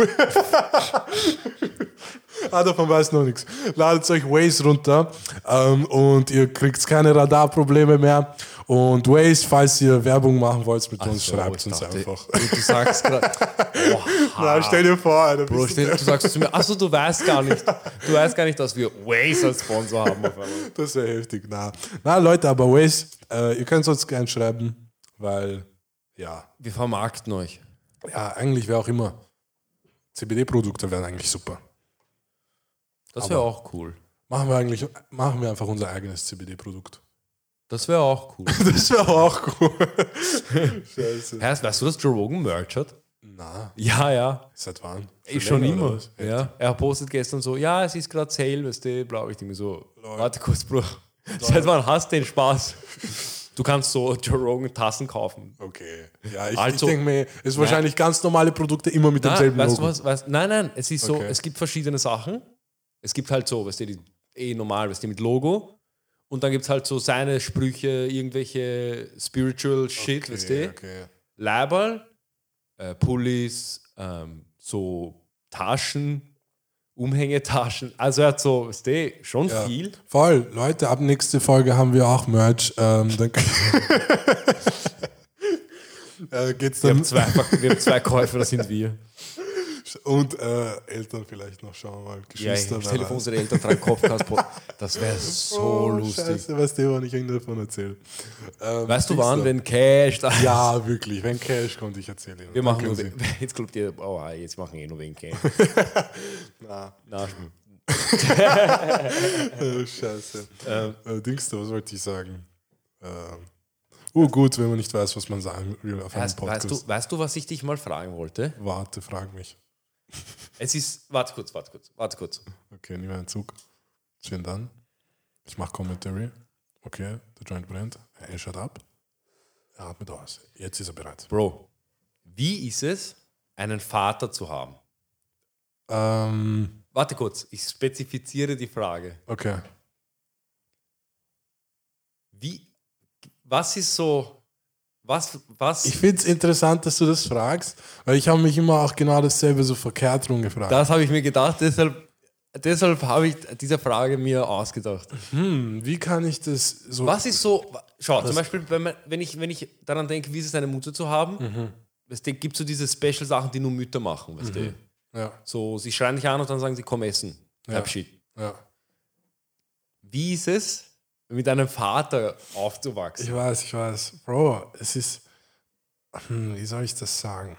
ah, davon weiß noch nichts. Ladet euch Waze runter ähm, und ihr kriegt keine Radarprobleme mehr. Und Waze, falls ihr Werbung machen wollt mit uns, so, schreibt uns dachte, einfach. Du sagst gerade, na, stell dir vor, Alter, Bro, stell, du sagst zu mir, achso, du weißt gar nicht, du weißt gar nicht, dass wir Waze als Sponsor haben. Auf einmal. Das wäre heftig. Na, na Leute, aber Waze, äh, ihr könnt uns gerne schreiben, weil, ja. Wir vermarkten euch. Ja, eigentlich wäre auch immer. C B D-Produkte wären eigentlich super. Das wäre auch cool. Machen wir eigentlich, machen wir einfach unser eigenes C B D-Produkt. Das wäre auch cool. Das wäre auch cool. Scheiße. Heißt, weißt du, dass Joe Rogan Merch hat? Na, Ja, ja. seit wann? Ich schon länger, immer. oder was? Ja. Er postet gestern so, ja, es ist gerade Sale, weißt du, blau. Ich denke mir so, warte kurz, Bro. Seit wann hast du den Spaß? Du kannst so Joe Rogan Tassen kaufen. Okay. Ja, ich, Also- ich denke mir, es ist wahrscheinlich ganz normale Produkte immer mit Na, demselben weißt Logo. du was, weißt, nein, nein, es ist so, Okay. es gibt verschiedene Sachen. Es gibt halt so, weißt du, die eh normal, weißt du, mit Logo. Und dann gibt es halt so seine Sprüche, irgendwelche Spiritual Shit, Okay, weißt du? okay. Leiberl, äh, Pullis, ähm, so Taschen, Umhängetaschen. Also er hat so, weißt du, schon Ja. viel. Voll. Leute, ab nächste Folge haben wir auch Merch. Ähm, dann äh, geht's Wir dann haben zwei, wir haben zwei Käufer, das sind wir. und äh, Eltern vielleicht noch, schauen wir mal. Ja, ich Geschwister. stelle wer vor, weiß. unsere Eltern tragen Kopfkast. Das wäre so Oh, lustig. Scheiße, weißt du, wann ich irgend davon erzähle. Ähm, Weißt du Dings wann, da. wenn Cash da Ja, wirklich. Wenn Cash kommt, ich erzähle Ihnen. Wir Dann machen nur, können Sie- jetzt glaubt ihr, oh, jetzt machen wir eh nur wegen Cash. Na, Na, oh, Scheiße. ähm, Äh, Dings da, was wollte ich sagen? Ähm, oh, gut, wenn man nicht weiß, was man sagen will auf einem weißt, Podcast. weißt, du, weißt du, was ich dich mal fragen wollte? Warte, frag mich. Es ist, warte kurz, warte kurz, warte kurz. Okay, nimm einen Zug. Schön dann. Ich mache Commentary. Okay, der Joint brennt. Er schaut ab. Er atmet aus. Jetzt ist er bereit. Bro, wie ist es, einen Vater zu haben? Ähm, Warte kurz, ich spezifiziere die Frage. okay. Wie, was ist so, was, was, Ich finde es interessant, dass du das fragst, weil ich habe mich immer auch genau dasselbe so verkehrt rum gefragt. das habe ich mir gedacht, deshalb, deshalb habe ich diese Frage mir ausgedacht. Hm, wie kann ich das so... Was ist so, schau, zum Beispiel, wenn, man, wenn, ich, wenn ich daran denke, wie ist es, eine Mutter zu haben, Mhm. weißt du, gibt es so diese Special-Sachen, die nur Mütter machen, weißt du? Ja, So, sie schreien dich an und dann sagen sie, komm essen. Ja. Type Shit. ja. Wie ist es, mit einem Vater aufzuwachsen? Ich weiß, ich weiß. Bro, es ist... Hm, wie soll ich das sagen?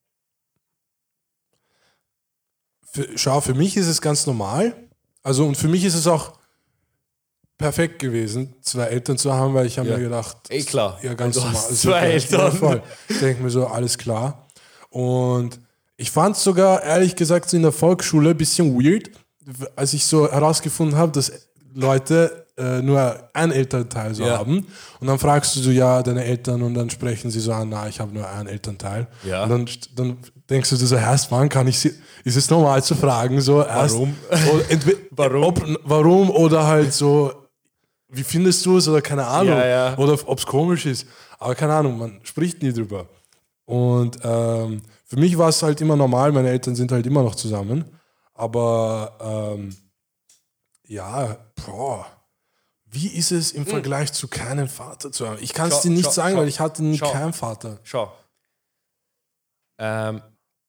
Für, schau, für mich ist es ganz normal. Also, und für mich ist es auch perfekt gewesen, zwei Eltern zu haben, weil ich habe Ja. mir gedacht... Eh klar, Ja, ganz weil du normal. hast Also, zwei ja, Eltern. ja, voll. Ich denke mir so, alles klar. Und ich fand es sogar, ehrlich gesagt, so in der Volksschule ein bisschen weird, als ich so herausgefunden habe, dass Leute äh, nur ein Elternteil so Ja. haben. Und dann fragst du so, ja, deine Eltern, und dann sprechen sie so an, na, ich habe nur einen Elternteil. Ja. Und dann, dann denkst du dir so, erst wann kann ich sie, ist es normal zu fragen, so erst, Warum? Oder entweder, Warum? Ob, warum oder halt so, wie findest du es oder keine Ahnung. Ja, ja. Oder ob es komisch ist. Aber keine Ahnung, man spricht nie drüber. Und ähm, für mich war es halt immer normal, meine Eltern sind halt immer noch zusammen. Aber ähm, ja, boah, wie ist es im Vergleich zu keinem Vater zu haben? Ich kann es Schau, dir nicht schau, sagen, schau, weil ich hatte nie schau. keinen Vater. Schau. Ähm,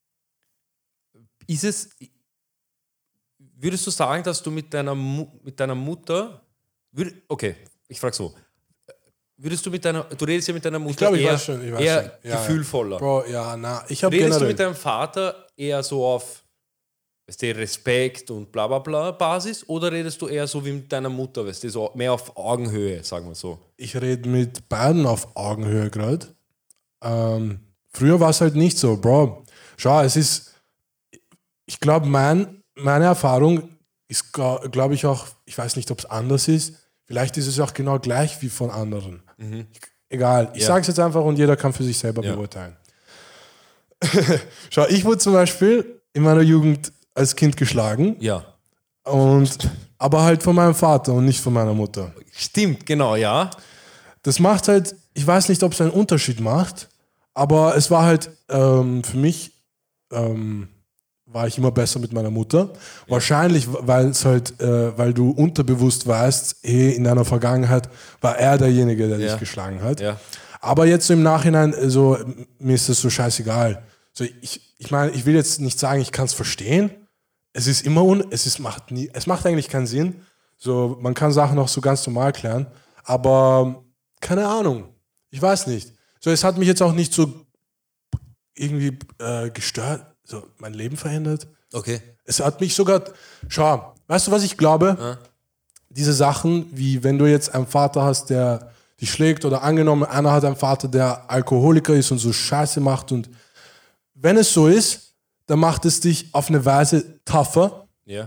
ist es, würdest du sagen, dass du mit deiner, Mu mit deiner Mutter, würd, okay, ich frage so, würdest du mit deiner, du redest ja mit deiner Mutter Ich glaube, ich eher, weiß schon. Ich weiß eher schon. Ja, gefühlvoller. Bro, ja, na, ich habe Redest du generell... mit deinem Vater eher so auf weißt du, Respekt und bla bla bla Basis oder redest du eher so wie mit deiner Mutter, weißt du, so mehr auf Augenhöhe, sagen wir so? Ich rede mit beiden auf Augenhöhe gerade. Ähm, früher war es halt nicht so, Bro. Schau, es ist, ich glaube, mein, meine Erfahrung ist, glaube ich, auch, ich weiß nicht, ob es anders ist. Vielleicht ist es auch genau gleich wie von anderen. Mhm. Ich, egal, ich Ja. sage es jetzt einfach und jeder kann für sich selber Ja. beurteilen. Schau, ich wurde zum Beispiel in meiner Jugend als Kind geschlagen, Ja. und, aber halt von meinem Vater und nicht von meiner Mutter. Stimmt, genau, ja. Das macht halt, ich weiß nicht, ob es einen Unterschied macht, aber es war halt ähm, für mich, ähm, war ich immer besser mit meiner Mutter. Wahrscheinlich, weil es halt, äh, weil du unterbewusst weißt, hey, in deiner Vergangenheit war er derjenige, der Ja. dich geschlagen hat. Ja. Aber jetzt so im Nachhinein, äh, so, mir ist das so scheißegal. So, ich ich meine, ich will jetzt nicht sagen, ich kann es verstehen. Es ist immer, un es ist, macht nie, es macht eigentlich keinen Sinn. So, man kann Sachen auch so ganz normal klären, aber keine Ahnung. Ich weiß nicht. So, es hat mich jetzt auch nicht so irgendwie äh, gestört, so mein Leben verändert. Okay. Es hat mich sogar, schau, weißt du, was ich glaube? Ja. Diese Sachen, wie wenn du jetzt einen Vater hast, der dich schlägt oder angenommen, einer hat einen Vater, der Alkoholiker ist und so Scheiße macht und wenn es so ist, dann macht es dich auf eine Weise tougher. Ja.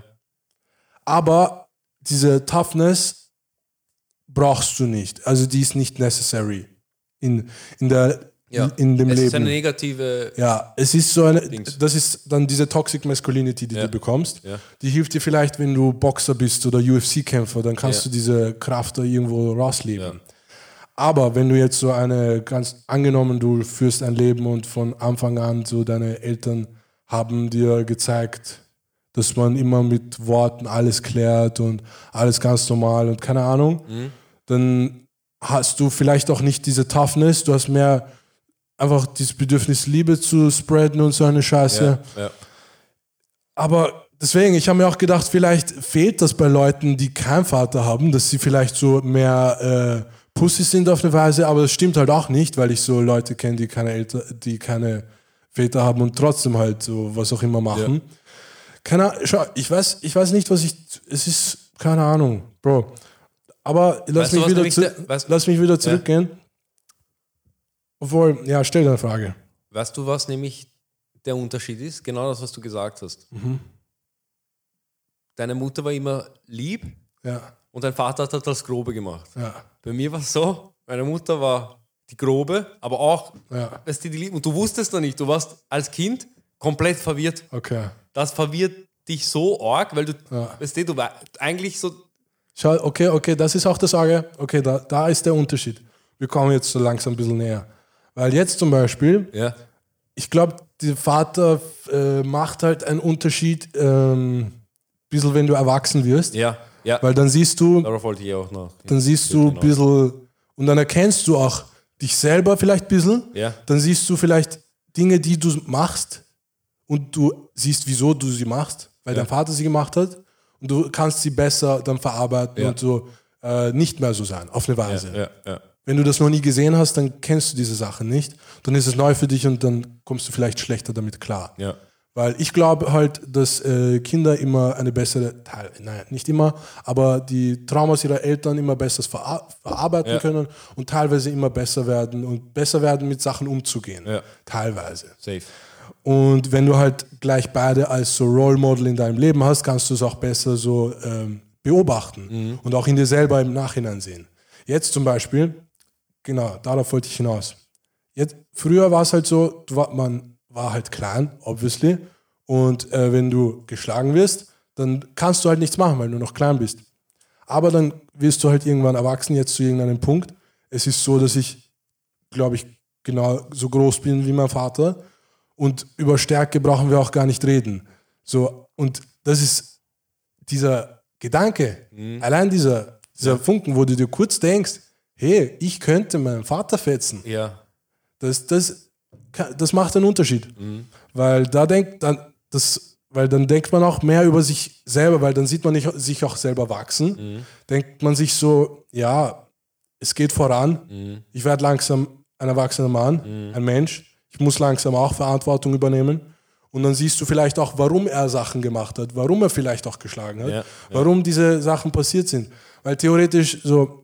Aber diese Toughness brauchst du nicht. Also die ist nicht necessary in, in, der, ja. in dem es Leben. Es ist eine negative... Ja, es ist so eine... Dings. Das ist dann diese Toxic Masculinity, die ja. du bekommst. Ja. Die hilft dir vielleicht, wenn du Boxer bist oder U F C-Kämpfer, dann kannst ja. du diese Kraft da irgendwo rausleben. Ja. Aber wenn du jetzt so eine, ganz angenommen, du führst ein Leben und von Anfang an so deine Eltern haben dir gezeigt, dass man immer mit Worten alles klärt und alles ganz normal und keine Ahnung, mhm. dann hast du vielleicht auch nicht diese Toughness, du hast mehr einfach dieses Bedürfnis, Liebe zu spreaden und so eine Scheiße. Ja, ja. Aber deswegen, ich habe mir auch gedacht, vielleicht fehlt das bei Leuten, die keinen Vater haben, dass sie vielleicht so mehr... Äh, Pussys sind auf eine Weise, aber das stimmt halt auch nicht, weil ich so Leute kenne, die keine Eltern, die keine Väter haben und trotzdem halt so was auch immer machen. Ja. Keine Ahnung, schau, ich weiß, ich weiß nicht, was ich. Es ist keine Ahnung, Bro. Aber lass, mich wieder, zu, der, lass mich wieder zurückgehen. Ja. Obwohl, ja, stell dir eine Frage. Weißt du, was nämlich der Unterschied ist? Genau das, was du gesagt hast. Mhm. Deine Mutter war immer lieb. Ja. Und dein Vater hat das Grobe gemacht. Ja. Bei mir war es so, meine Mutter war die Grobe, aber auch, ja. weißt du, die Liebe. Und du wusstest da nicht, du warst als Kind komplett verwirrt. Okay. Das verwirrt dich so arg, weil du, ja. weißt du, du eigentlich so... Schau, okay, okay, das ist auch das Sage. Okay, da, da ist der Unterschied. Wir kommen jetzt so langsam ein bisschen näher. Weil jetzt zum Beispiel, ja. ich glaube, der Vater äh, macht halt einen Unterschied, ähm, ein bisschen, wenn du erwachsen wirst. Ja. Ja. Weil dann siehst du, darauf wollte ich auch noch. Dann siehst du ein bisschen, und dann erkennst du auch dich selber vielleicht ein bisschen. Ja. Dann siehst du vielleicht Dinge, die du machst und du siehst, wieso du sie machst, weil ja. dein Vater sie gemacht hat und du kannst sie besser dann verarbeiten ja. und so äh, nicht mehr so sein, auf eine Weise. Ja. Ja. Ja. Wenn du das noch nie gesehen hast, dann kennst du diese Sachen nicht. Dann ist es neu für dich und dann kommst du vielleicht schlechter damit klar. Ja. Weil ich glaube halt, dass äh, Kinder immer eine bessere, Teil, nein, nicht immer, aber die Traumas ihrer Eltern immer besser verar- verarbeiten ja. können und teilweise immer besser werden und besser werden, mit Sachen umzugehen. Ja. Teilweise. Safe. Und wenn du halt gleich beide als so Role Model in deinem Leben hast, kannst du es auch besser so ähm, beobachten mhm. und auch in dir selber im Nachhinein sehen. Jetzt zum Beispiel, genau, darauf wollte ich hinaus. Jetzt, früher war es halt so, du war, man war halt klein, obviously. Und äh, wenn du geschlagen wirst, dann kannst du halt nichts machen, weil du noch klein bist. Aber dann wirst du halt irgendwann erwachsen, jetzt zu irgendeinem Punkt. Es ist so, dass ich, glaube ich, genau so groß bin wie mein Vater. Und über Stärke brauchen wir auch gar nicht reden. So, und das ist dieser Gedanke, mhm. allein dieser, dieser ja. Funken, wo du dir kurz denkst, hey, ich könnte meinen Vater fetzen. Ja. Das, das Das macht einen Unterschied, mhm. weil da denkt dann das, weil dann denkt man auch mehr über sich selber, weil dann sieht man nicht, sich auch selber wachsen. Mhm. Denkt man sich so, ja, es geht voran. Mhm. Ich werde langsam ein erwachsener Mann, mhm. ein Mensch. Ich muss langsam auch Verantwortung übernehmen. Und dann siehst du vielleicht auch, warum er Sachen gemacht hat, warum er vielleicht auch geschlagen hat, ja, ja. warum diese Sachen passiert sind. Weil theoretisch so,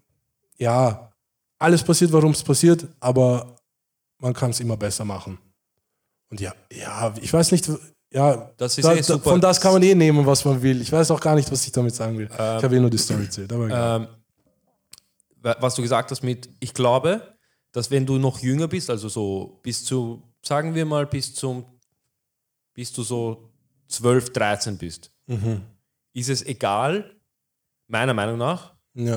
ja, alles passiert, warum es passiert, aber man kann es immer besser machen. Und ja, ja, ich weiß nicht, ja, das ist da, eh super. Von das kann man eh nehmen, was man will. Ich weiß auch gar nicht, was ich damit sagen will. Ähm, ich habe eh nur die Story erzählt. Aber ähm, was du gesagt hast mit, ich glaube, dass wenn du noch jünger bist, also so bis zu, sagen wir mal, bis zum, bis du so zwölf, dreizehn bist, mhm. ist es egal, meiner Meinung nach, ja.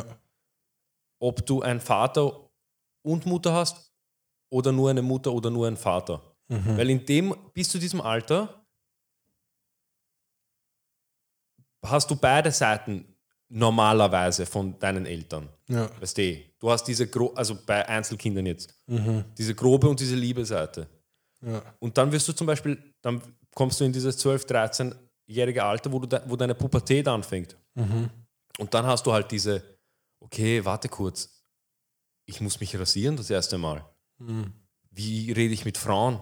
ob du einen Vater und Mutter hast oder nur eine Mutter oder nur einen Vater. Mhm. Weil in dem, bis zu diesem Alter, hast du beide Seiten normalerweise von deinen Eltern. Ja. Weißt du, du hast diese, Gro- also bei Einzelkindern jetzt, mhm. diese grobe und diese liebe Seite. Ja. Und dann wirst du zum Beispiel, dann kommst du in dieses zwölf-, dreizehnjährige Alter, wo, du de, wo deine Pubertät anfängt. Mhm. Und dann hast du halt diese, okay, warte kurz, ich muss mich rasieren das erste Mal. Mhm. Wie rede ich mit Frauen?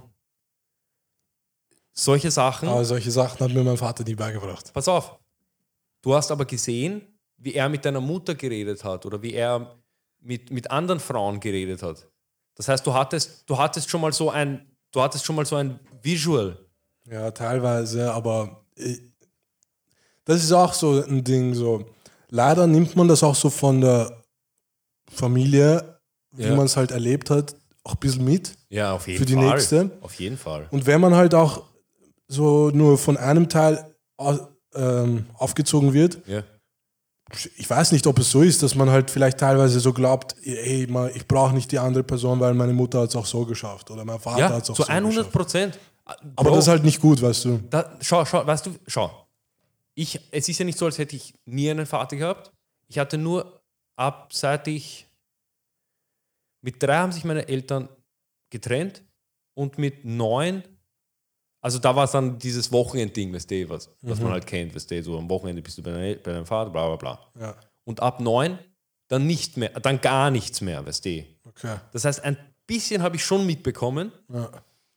Solche Sachen. Aber solche Sachen hat mir mein Vater nie beigebracht. Pass auf. Du hast aber gesehen, wie er mit deiner Mutter geredet hat oder wie er mit, mit anderen Frauen geredet hat. Das heißt, du hattest, du hattest schon mal so ein, du hattest schon mal so ein Visual. Ja, teilweise, aber ich, das ist auch so ein Ding, so leider nimmt man das auch so von der Familie, wie Ja. man es halt erlebt hat, auch ein bisschen mit. Ja, auf jeden Für die Fall. nächste. Auf jeden Fall. Und wenn man halt auch so nur von einem Teil au- ähm, aufgezogen wird, Ja. ich weiß nicht, ob es so ist, dass man halt vielleicht teilweise so glaubt, ey, man, ich brauche nicht die andere Person, weil meine Mutter hat es auch so geschafft oder mein Vater Ja, hat es auch zu so hundert geschafft. Prozent. Aber das ist halt nicht gut, weißt du. Da, schau, schau, weißt du, schau. Ich, es ist ja nicht so, als hätte ich nie einen Vater gehabt. Ich hatte nur ab, seit ich mit drei haben sich meine Eltern getrennt und mit neun, also da war es dann dieses Wochenendding, weißt du, was, was man halt kennt, weißt du, so am Wochenende bist du bei, deiner, bei deinem Vater, bla bla bla. Ja, Und ab neun dann nicht mehr, dann gar nichts mehr, weißt du. okay. Das heißt, ein bisschen habe ich schon mitbekommen. Ja.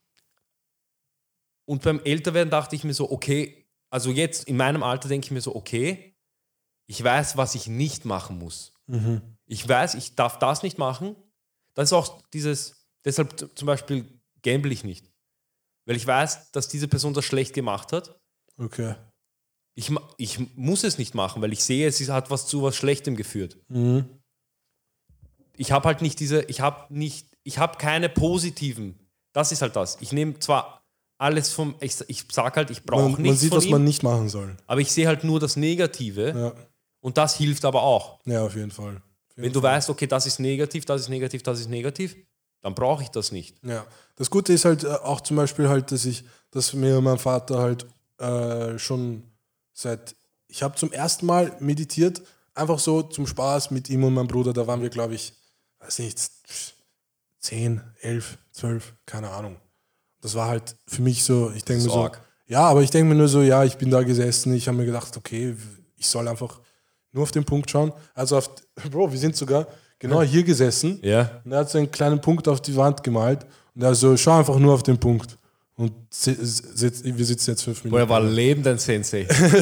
Und beim Älterwerden dachte ich mir so, okay, also jetzt in meinem Alter denke ich mir so, okay, ich weiß, was ich nicht machen muss. Mhm. Ich weiß, ich darf das nicht machen. Das ist auch dieses, deshalb z- zum Beispiel gamble ich nicht. Weil ich weiß, dass diese Person das schlecht gemacht hat. Okay. Ich, ma- ich muss es nicht machen, weil ich sehe, es ist- hat was zu was Schlechtem geführt. Mhm. Ich habe halt nicht diese, ich habe nicht, ich habe keine positiven. Das ist halt das. Ich nehme zwar alles vom, ich, ich sag halt, ich brauche Man, man nichts sieht, von was ihm, man nicht machen soll. aber ich sehe halt nur das Negative Ja, und das hilft aber auch. ja auf jeden Fall. Auf jeden Wenn du Fall. weißt, okay, das ist negativ, das ist negativ, das ist negativ, dann brauche ich das nicht. Ja, das Gute ist halt äh, auch zum Beispiel halt, dass ich, dass mir mein Vater halt äh, schon seit, ich habe zum ersten Mal meditiert, einfach so zum Spaß mit ihm und meinem Bruder, da waren wir, glaube ich, weiß nicht, zehn, elf, zwölf, keine Ahnung. Das war halt für mich so, ich denke mir so, Sorg. ja, aber ich denke mir nur so, ja, ich bin da gesessen, ich habe mir gedacht, okay, ich soll einfach nur auf den Punkt schauen. Also auf, Bro, wir sind sogar genau hier gesessen. Ja. Und er hat so einen kleinen Punkt auf die Wand gemalt. Und er so, schau einfach nur auf den Punkt. Und si- sitz, wir sitzen jetzt fünf Boah, Minuten. er war lebend ein Sensei.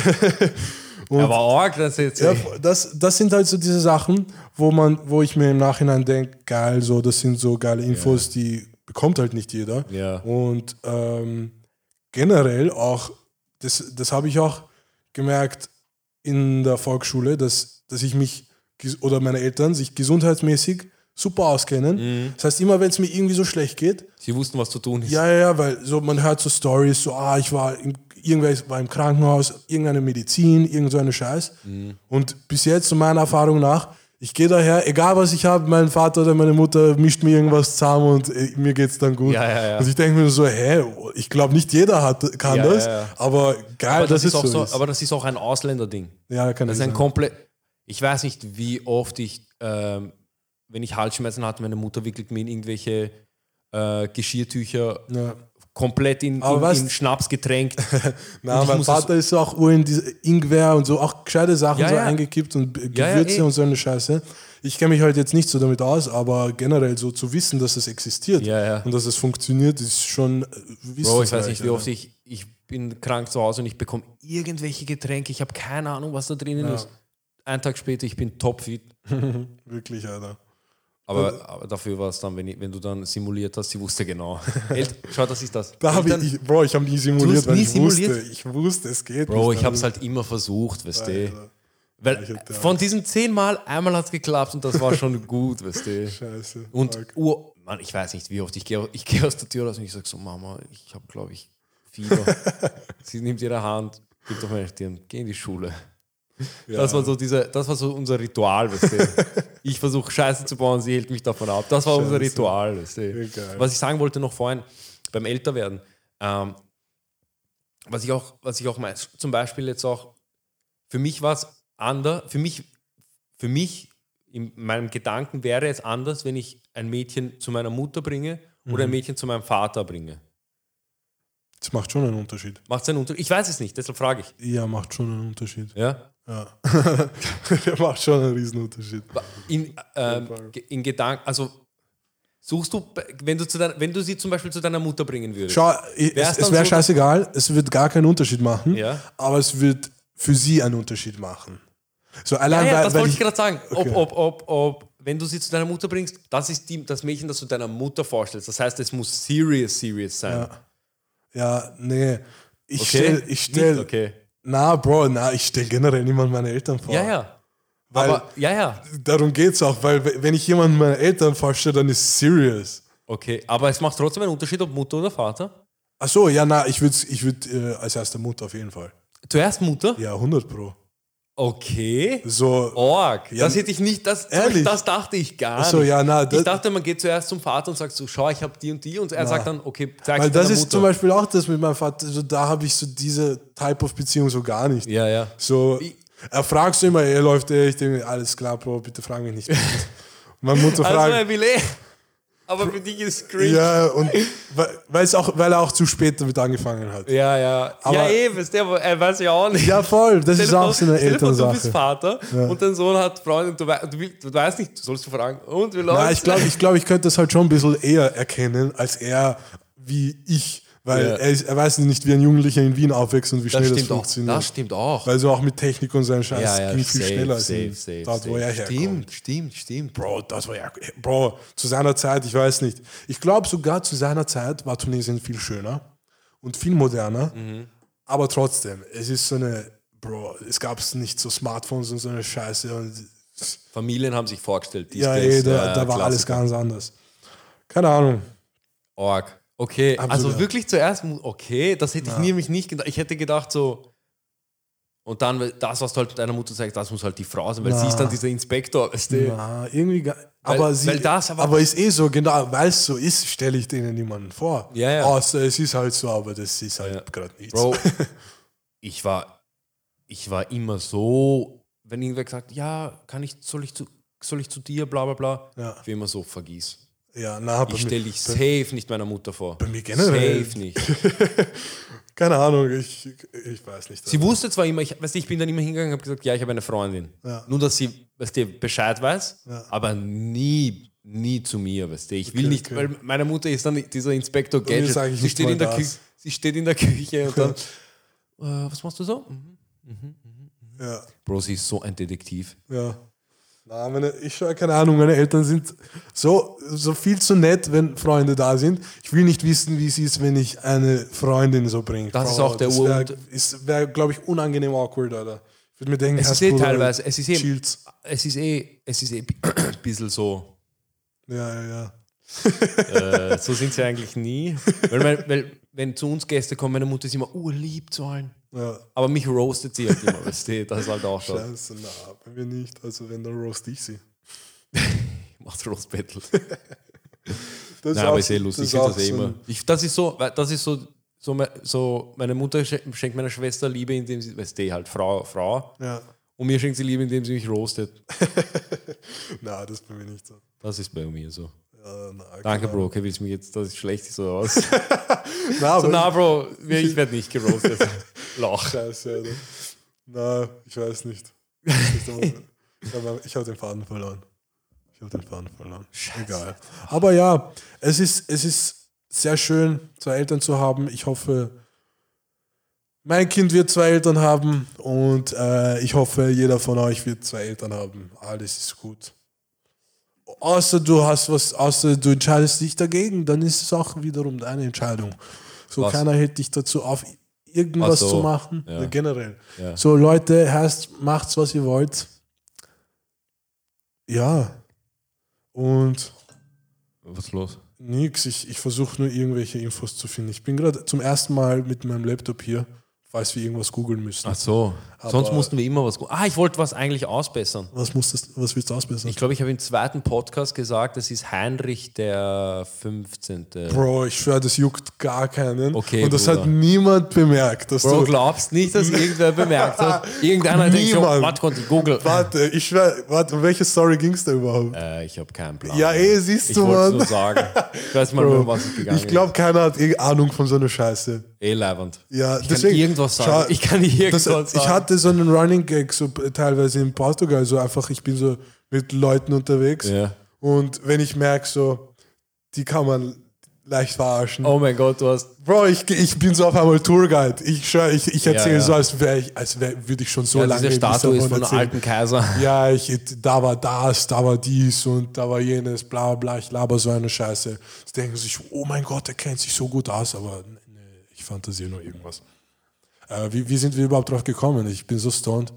er war arg, der Sensei. Ja, das, das sind halt so diese Sachen, wo man, wo ich mir im Nachhinein denke, geil, so, das sind so geile Infos, die bekommt halt nicht jeder. Ja. Und ähm, generell auch, das, das habe ich auch gemerkt in der Volksschule, dass, dass ich mich ges- oder meine Eltern sich gesundheitsmäßig super auskennen. Mhm. Das heißt, immer wenn es mir irgendwie so schlecht geht, Sie wussten, was zu tun ist. ja, ja, ja, weil so, man hört so Stories, so, ah, ich war im, irgendwer war im Krankenhaus, irgendeine Medizin, irgend so eine Scheiß. Und bis jetzt, so meiner Erfahrung nach, ich gehe daher, egal was ich habe, mein Vater oder meine Mutter mischt mir irgendwas zusammen und äh, mir geht's dann gut. Ja, ja, ja. Und ich denke mir so, hä, ich glaube nicht jeder hat, kann Ja, das, ja, ja. aber geil, aber, das dass ist es auch so so, ist. aber das ist auch ein Ausländerding. Ja, kann Das ich ist ein sagen. komplett. Ich weiß nicht, wie oft ich, ähm, wenn ich Halsschmerzen hatte, meine Mutter wickelt mir in irgendwelche äh, Geschirrtücher Ja. komplett in, Aber in, was- in Schnaps getränkt. Na, ich mein muss Vater ist auch ur in diese Ingwer und so, auch gescheite Sachen Ja, so ja. eingekippt und B- Ja, ja, Gewürze eh. und so eine Scheiße. Ich kenne mich halt jetzt nicht so damit aus, aber generell so zu wissen, dass es existiert Ja, ja. und dass es funktioniert, ist schon äh, Bro, ich weiß nicht, wie Alter. oft ich, ich bin krank zu Hause und ich bekomme irgendwelche Getränke. Ich habe keine Ahnung, was da drinnen Ja. ist. Einen Tag später, ich bin topfit. Wirklich, Alter. Aber, aber dafür war es dann, wenn, ich, wenn du dann simuliert hast, sie wusste genau. El- Schau, das ist das. Da habe Eltern- ich, Bro, ich habe nie simuliert, hast weil nie ich simuliert? wusste, ich wusste, es geht Bro, nicht. ich habe es halt immer versucht, weißt du. Alter. Weil Ich hab da- von diesen zehn Mal, einmal hat es geklappt und das war schon gut, weißt du. Scheiße. Und, fuck. Ur, Mann, ich weiß nicht, wie oft ich gehe ich geh aus der Tür raus und ich sage so, Mama, ich habe, glaube ich, Fieber. Sie nimmt ihre Hand, gibt auf meine Stirn, geh in die Schule. Ja. Das war so diese, das war so unser Ritual, weißt du. Ich versuche Scheiße zu bauen, sie hält mich davon ab. Das war unser Scheiße. Ritual, weißt du. Ja, geil. Was ich sagen wollte noch vorhin, beim Älterwerden, ähm, was ich auch, was ich auch meine, zum Beispiel jetzt auch, für mich war es anders, für mich, für mich in meinem Gedanken wäre es anders, wenn ich ein Mädchen zu meiner Mutter bringe oder ein Mädchen zu meinem Vater bringe. Das macht schon einen Unterschied. Macht es einen Unterschied? Ich weiß es nicht, deshalb frage ich. Ja, macht schon einen Unterschied. Ja? Ja. Der macht schon einen riesen Unterschied. In, ähm, in Gedanken, also suchst du, wenn du, zu deiner, wenn du sie zum Beispiel zu deiner Mutter bringen würdest. Schau, ich- Wär's es, es dann wäre so, scheißegal, es wird gar keinen Unterschied machen, Ja. aber es wird für sie einen Unterschied machen. So Ja, allein, ja, weil, das weil wollte ich, ich gerade sagen. Okay. Ob, ob, ob, ob, wenn du sie zu deiner Mutter bringst, das ist die, das Mädchen, das du deiner Mutter vorstellst. Das heißt, es muss serious, serious sein. Ja, ja nee. Ich okay? stelle, ich stell, okay. na, Bro, na, ich stelle generell niemand meine Eltern vor. Ja, ja. Weil aber, ja, ja. Darum geht's auch, weil wenn ich jemanden meine Eltern vorstelle, dann ist es serious. Okay, aber es macht trotzdem einen Unterschied, ob Mutter oder Vater? Ach so, ja, na, ich würde ich würd, äh, als erste Mutter auf jeden Fall. Zuerst Mutter? Ja, hundert Pro. Okay. So. Org. Ja, das hätte ich nicht, das, ehrlich? das dachte ich gar Ach so, nicht. ja, na, das, ich dachte, man geht zuerst zum Vater und sagt so, schau, ich habe die und die und er na, sagt dann, okay, zeig weil es das deiner ist Mutter. zum Beispiel auch das mit meinem Vater, so, da habe ich so diese Type of Beziehung so gar nicht. Ja, ja. So, Ich- er fragt so immer, er läuft er, ich denke, alles klar, Bro, bitte frag mich nicht. Meine Mutter Also fragt. er will eh. Aber für dich ist cringe. Ja, und weil, weil's auch, weil er auch zu spät damit angefangen hat. Ja, ja. Aber- ja, eh, weißt du, aber er weiß ja auch nicht. Ja, voll, das Stell ist dir auch vor- so eine stell dir vor, Du bist Elternsache. Vater Ja. und dein Sohn hat Freunde und du, wei- du, will- du weißt nicht, sollst du fragen, und wie Na, läuft's? ich glaube, ich, glaub, ich könnte das halt schon ein bisschen eher erkennen, als er wie ich. Weil Ja. er, ist, er weiß nicht, wie ein Jugendlicher in Wien aufwächst und wie das schnell das stimmt auch. funktioniert. Das stimmt auch. Weil so auch mit Technik und seinem Scheiß ja, ja, ging viel safe, schneller als safe, in safe, dort, safe. wo er herkommt. Stimmt, stimmt, stimmt. Bro, das war ja, Bro, zu seiner Zeit, ich weiß nicht. Ich glaube sogar zu seiner Zeit war Tunesien viel schöner und viel moderner. Mhm. Aber trotzdem, es ist so eine, Bro, es gab nicht so Smartphones und so eine Scheiße. Und Familien haben sich vorgestellt. dies, ja, das, ey, da, äh, da war alles Klassiker. ganz anders. Keine Ahnung. Org. Okay, Absolut, also ja. wirklich zuerst, mu- okay, das hätte ich Ja. nämlich nicht gedacht. Ich hätte gedacht so, und dann das, was du halt deiner Mutter sagst, das muss halt die Frau sein, weil Na. sie ist dann dieser Inspektor, weißt du? Na, irgendwie gar, aber, sie, weil das aber- aber ist eh so, genau, weil es so ist, stelle ich denen niemanden vor. Ja, ja. Außer es ist halt so, aber das ist halt Ja. gerade nichts. Bro, ich war, ich war immer so, wenn irgendwer gesagt, ja, kann ich, soll ich zu, soll ich zu dir, bla bla bla, Ja. ich war immer so, vergiss. Ja, na, bei Ich mir- stelle dich bei- safe nicht meiner Mutter vor. Bei mir generell. Safe nicht. Keine Ahnung, ich, ich weiß nicht. Sie wusste zwar immer, ich, weißt du, ich bin dann immer hingegangen und habe gesagt, ja, ich habe eine Freundin. Ja. Nur, dass sie, weißt du, Bescheid weiß, Ja. aber nie, nie zu mir, weißt du. Ich will Okay, nicht, okay. weil meine Mutter ist dann dieser Inspektor Bei mir Gadget. sag ich Sie nicht steht, mal in der das. Küche, sie steht in der Küche und dann, äh, was machst du so? Mhm. Ja, Bro, sie ist so ein Detektiv. ja. Na, meine, ich keine Ahnung, meine Eltern sind so, so viel zu nett, wenn Freunde da sind. Ich will nicht wissen, wie es ist, wenn ich eine Freundin so bringe. Das ist auch der Das Ur- wäre, wär, glaube ich, unangenehm awkward, Alter. Ich würde mir denken, Es ist Herz, eh Bruder, teilweise, es ist eh, chillt's. es ist eh, es ist eh ein bisschen so, Ja, ja, ja. äh, so sind sie eigentlich nie. Weil, mein, weil, wenn zu uns Gäste kommen, meine Mutter ist immer urlieb zu allen. ja. Aber mich roastet sie halt immer, weißt du, das ist halt auch so. Scheiße, na, bei mir nicht. Also wenn, dann roast ich sie. Macht Roast Battle. Das Nein, auch aber ist so- eh lustig, das ich ist finde auch das eh so immer. ein- Ich, das ist so, weil das ist so, so, me- so, meine Mutter schen- schenkt meiner Schwester Liebe, indem sie, weißt du, halt Frau, Frau. Ja. Und mir schenkt sie Liebe, indem sie mich roastet. Na, das ist bei mir nicht so. Das ist bei mir so. Ja, na, Danke, keine Bro, okay, willst du mich jetzt, das ist schlecht so aus. Ahnung. Na, aber So, na, Bro, ich werde nicht geroastet. Lach. Scheiße, Alter. Na, ich weiß nicht. Ich habe hab den Faden verloren. Ich habe den Faden verloren. Scheiße. Egal. Aber ja, es ist, es ist sehr schön, zwei Eltern zu haben. Ich hoffe, mein Kind wird zwei Eltern haben und äh, ich hoffe, jeder von euch wird zwei Eltern haben. Alles ist gut. Außer du hast was, außer du entscheidest dich dagegen, dann ist es auch wiederum deine Entscheidung. So, Was? keiner hält dich dazu auf, irgendwas Ach so, zu machen. ja. Ja, generell. Ja. So, Leute, heißt, macht's, was ihr wollt. Ja. Und Was ist los? nix, ich, ich versuche nur irgendwelche Infos zu finden. Ich bin gerade zum ersten Mal mit meinem Laptop hier, falls wir irgendwas googeln müssen. Ach so. Aber- Sonst mussten wir immer was. gu- Ah, ich wollte was eigentlich ausbessern. Was, muss das, was willst du ausbessern? Ich glaube, ich habe im zweiten Podcast gesagt, es ist Heinrich der fünfzehnte. Bro, ich schwöre, das juckt gar keinen. Okay, Und das Bruder. hat niemand bemerkt. Dass Bro, du, glaubst nicht, dass irgendwer bemerkt hat? Irgendeiner denkt so, Niemand. warte, Conti, Google. warte, ich schwöre, warte, um welche Story ging es da überhaupt? Äh, ich habe keinen Plan. Ja, eh, siehst ich du, wollte Mann. nur sagen. Ich weiß mal, Bro, um was es gegangen ich glaube, keiner hat eh Ahnung von so einer Scheiße. ist. Eh leibend. Ja, Ich deswegen, kann irgendwas sagen. schau, ich kann irgendwas das, sagen. ich hatte so einen Running Gag so teilweise in Portugal, so einfach, ich bin so mit Leuten unterwegs Ja. und wenn ich merke, so, die kann man, leicht verarschen. Oh mein Gott, du hast... Bro, ich, ich bin so auf einmal Tourguide. Ich schwör, ich, ich erzähle ja, ja. so, als wäre ich, als wär, würde ich schon so ja, lange... Diese Statue ist von einem alten Kaiser. Ja, ich, da war das, da war dies und da war jenes, bla bla, ich laber so eine Scheiße. Sie denken sich, oh mein Gott, der kennt sich so gut aus, aber nee, ich fantasiere nur irgendwas. Äh, wie, wie sind wir überhaupt drauf gekommen? Ich bin so stoned.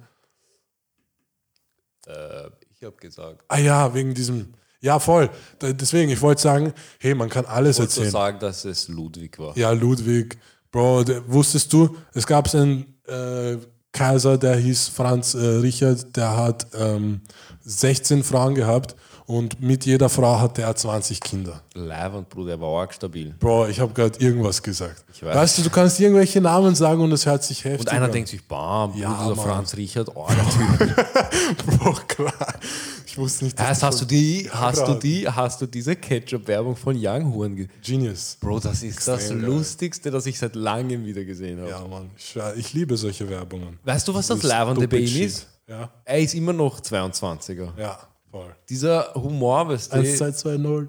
Äh, ich habe gesagt. Ah ja, wegen diesem... Ja, voll. Deswegen, ich wollte sagen, hey, man kann alles ich erzählen. Ich wollte sagen, dass es Ludwig war. Ja, Ludwig. Bro, der, wusstest du, es gab einen äh, Kaiser, der hieß Franz äh, Richard, der hat ähm, sechzehn Frauen gehabt und mit jeder Frau hatte er zwanzig Kinder. Leibend, Bruder, der war arg stabil. Bro, ich habe gerade irgendwas gesagt. Ich weiß. Weißt du, du kannst irgendwelche Namen sagen und es hört sich heftig Und einer an. denkt sich, bam, ja, Bruder, Mann. Franz Richard, oh, der Typ. Bro, klar. Ich wusste nicht, dass heißt, hast, du die, ja, hast, du die, hast du diese Ketchup-Werbung von Young Horn gesehen? Genius. Bro, das ist Extrem das geil. Lustigste, das ich seit langem wieder gesehen habe. Ja, Mann. Ich, ich liebe solche Werbungen. Weißt du, was das, das Leibende bei ihm ist? Ja. Er ist immer noch zweiundzwanziger. Ja, voll. Dieser Humor, weißt du? eins zwei zwei null.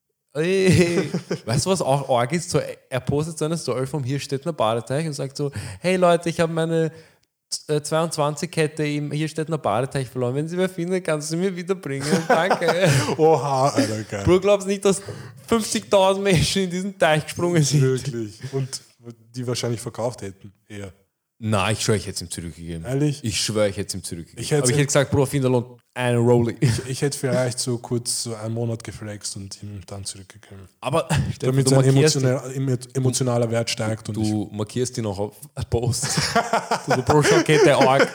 Hey. Weißt du, was auch arg ist? So, er postet so eine Story vom Hirstettner Badeteich und sagt so, hey Leute, ich habe meine zweiundzwanzig-Kette im Hirstettner Badeteich verloren. Wenn sie mir finden, kannst du sie mir wiederbringen. Danke. Oha, Alter, geil. Bro, glaubst nicht, dass fünfzigtausend Menschen in diesen Teich gesprungen sind? Wirklich. Und die wahrscheinlich verkauft hätten, eher. Nein, ich schwöre, ich hätte es ihm zurückgegeben. Ehrlich? Ich schwöre, ich hätte es ihm zurückgegeben. Ich Aber ich hätte gesagt, Bro, auf Hinterlohn eine Rolli. Ich, ich hätte vielleicht so kurz so einen Monat geflext und ihm dann zurückgegeben. Aber damit sein emotional, emotionaler Wert steigt. Und du markierst ihn noch auf Post. du, Bro, schau, geht der arg.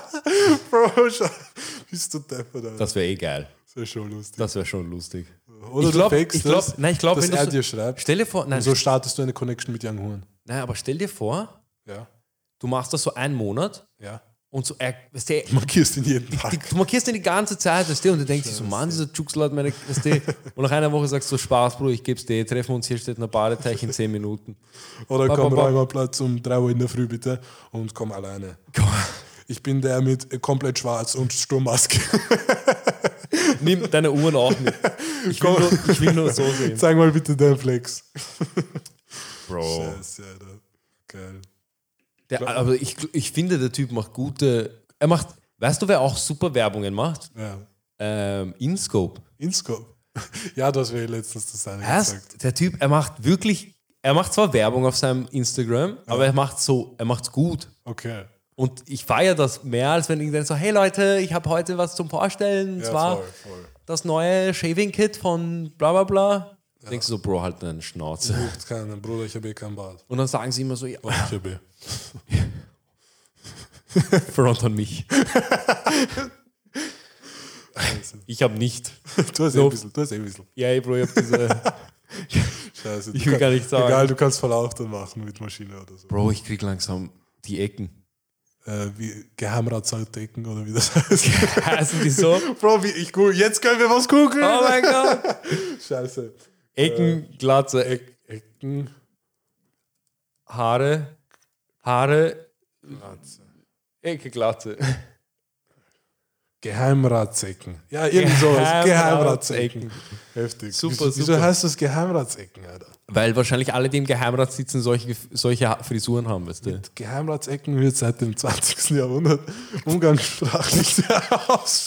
Bro, schau, bist du deppert, Alter. Das wäre eh geil. Das wäre schon lustig. Das wäre schon lustig. Oder ich glaub, du fakest ich glaub, das, nein, ich glaub, dass wenn er so, dir schreibt. Stell dir vor... Nein, und so startest du eine Connection mit Young Horn. Nein, aber stell dir vor, ja. du machst das so einen Monat ja. und so, äh, weißt du, du markierst ihn jeden Tag. Du markierst ihn die ganze Zeit, weißt du, und du denkst dir so, Mann, dieser Juxel hat meine, weißt du, und nach einer Woche sagst du so, Spaß, Bro, ich geb's dir, treffen wir uns hier, steht ein Badeteich in zehn Minuten. Oder ba, komm, ba, ba. räum mal Platz um drei Uhr in der Früh bitte und komm alleine. Komm. Ich bin der mit komplett schwarz und Sturmmaske. Nimm deine Uhren auch mit. Ich will, nur, ich will nur so sehen. Sag mal bitte deinen Flex. Bro. Scheiße, Alter. Geil. Der, aber ich, ich finde, der Typ macht gute... Er macht... Weißt du, wer auch super Werbungen macht? Ja. Ähm, InScope. InScope? Ja, das wäre letztens das eine Erst, gesagt. der Typ, er macht wirklich... Er macht zwar Werbung auf seinem Instagram, ja. aber er macht so... Er macht's gut. Okay. Und ich feiere das mehr, als wenn irgendjemand so, hey Leute, ich habe heute was zum Vorstellen. Und ja, zwar voll, voll. das neue Shaving-Kit von bla bla bla. Ja. Denkst du so, Bro, halt deine Schnauze. Sucht keinen, Bruder, ich habe eh keinen Bart. Und dann sagen sie immer so, ja. Oh, ich habe eh. Front an mich. Ich habe nicht. Du hast eh ein bisschen. Du hast eh ein bisschen. Ja, ey, Bro, ich habe diese... Scheiße. Ich will kann, gar nicht sagen. Egal, du kannst voll auch dann machen mit Maschine oder so. Bro, ich krieg langsam die Ecken. Äh, wie Geheimratsecken oder wie das heißt. Heißen die so? Bro, wie ich google. Jetzt können wir was gucken. Oh mein Gott. Scheiße. Ecken, äh, Glatze. Eck, Ecken. Haare. Haare. Glatze. Ecke, Glatze. Geheimratsecken. Ja, irgendwie sowas. Geheimratsecken. Heftig. Super, wieso, super. Wieso heißt das Geheimratsecken, Alter? Weil wahrscheinlich alle, die im Geheimrat sitzen, solche, solche Frisuren haben, weißt du? Mit Geheimratsecken wird seit dem zwanzigsten Jahrhundert umgangssprachlich sehr aus.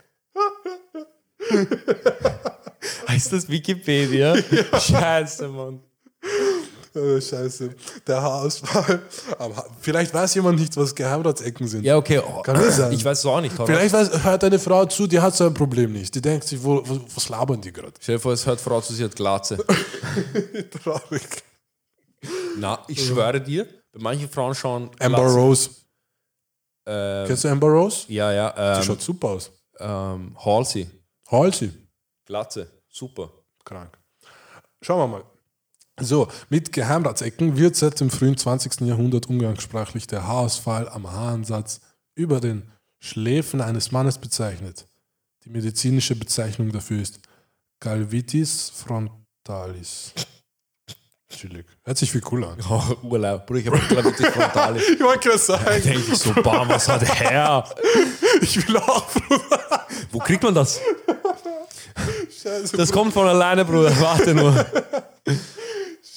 Heißt das Wikipedia? Ja. Scheiße, Mann. Oh, scheiße. Der Haarausfall. Aber vielleicht weiß jemand nicht, was Geheimratsecken sind. Ja, okay. Oh, kann das sein? Ich weiß es auch nicht. Vielleicht weiß, hört eine Frau zu, die hat so ein Problem nicht. Die denkt sich, wo, was, was labern die gerade? Stell dir vor, es hört Frau zu, sie hat Glatze. Traurig. Na, ich schwöre dir, bei manchen Frauen schauen Amber Glatze. Rose. Ähm, Kennst du Amber Rose? Ja, ja. Ähm, die schaut super aus. Ähm, Halsey. Halsey. Glatze. Super. Krank. Schauen wir mal. So, mit Geheimratsecken wird seit dem frühen zwanzigsten Jahrhundert umgangssprachlich der Haarausfall am Haaransatz über den Schläfen eines Mannes bezeichnet. Die medizinische Bezeichnung dafür ist Calvitis frontalis. Chillig. Hört sich viel cooler an. Oh, Urlaub. Bruder, ich habe Calvitis frontalis. Ich wollte gerade sagen. Da denke ich so, bam, was hat er? Ich will auch, Bruder. Wo kriegt man das? Scheiße, das kommt von alleine, Bruder. Warte nur.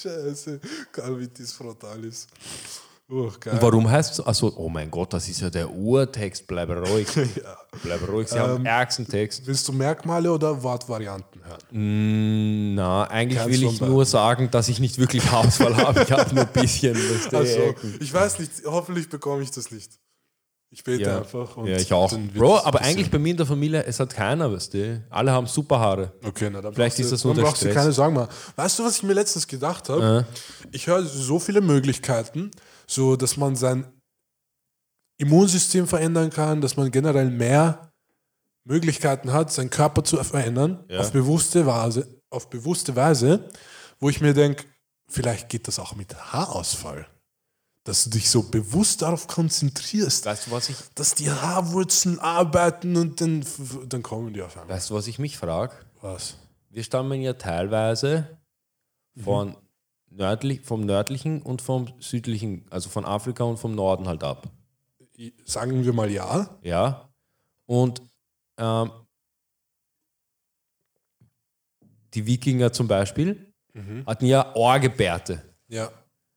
Scheiße. Calvitis frontalis. Oh, geil. Und warum heißt es? Also, oh mein Gott, das ist ja der Urtext. Bleib ruhig. ja. Bleib ruhig, sie ähm, haben ärgsten Text. Willst du Merkmale oder Wortvarianten hören? Mm, na, eigentlich Kannst will ich nur sagen, dass ich nicht wirklich Auswahl habe. Ich habe nur ein bisschen. Also, ich weiß nicht, hoffentlich bekomme ich das nicht. Ich bete ja. einfach. Und ja, ich auch. Bro, aber eigentlich bei mir in der Familie, es hat keiner, weißt du. Alle haben super Haare. Okay, na, dann Vielleicht ist das nur der brauchst Stress. du keine Sorgen machen. Weißt du, was ich mir letztens gedacht habe? Äh. Ich höre so viele Möglichkeiten, so dass man sein Immunsystem verändern kann, dass man generell mehr Möglichkeiten hat, seinen Körper zu verändern, ja. auf bewusste Weise, auf bewusste Weise, wo ich mir denke, vielleicht geht das auch mit Haarausfall. Dass du dich so bewusst darauf konzentrierst, weißt du, was ich, dass die Haarwurzeln arbeiten und dann, dann kommen die auf einmal. Weißt du, was ich mich frage? Was? Wir stammen ja teilweise von mhm. nördlich, vom nördlichen und vom südlichen, also von Afrika und vom Norden halt ab. Sagen wir mal ja. Ja. Und ähm, die Wikinger zum Beispiel mhm. hatten ja Orgebärte. Ja.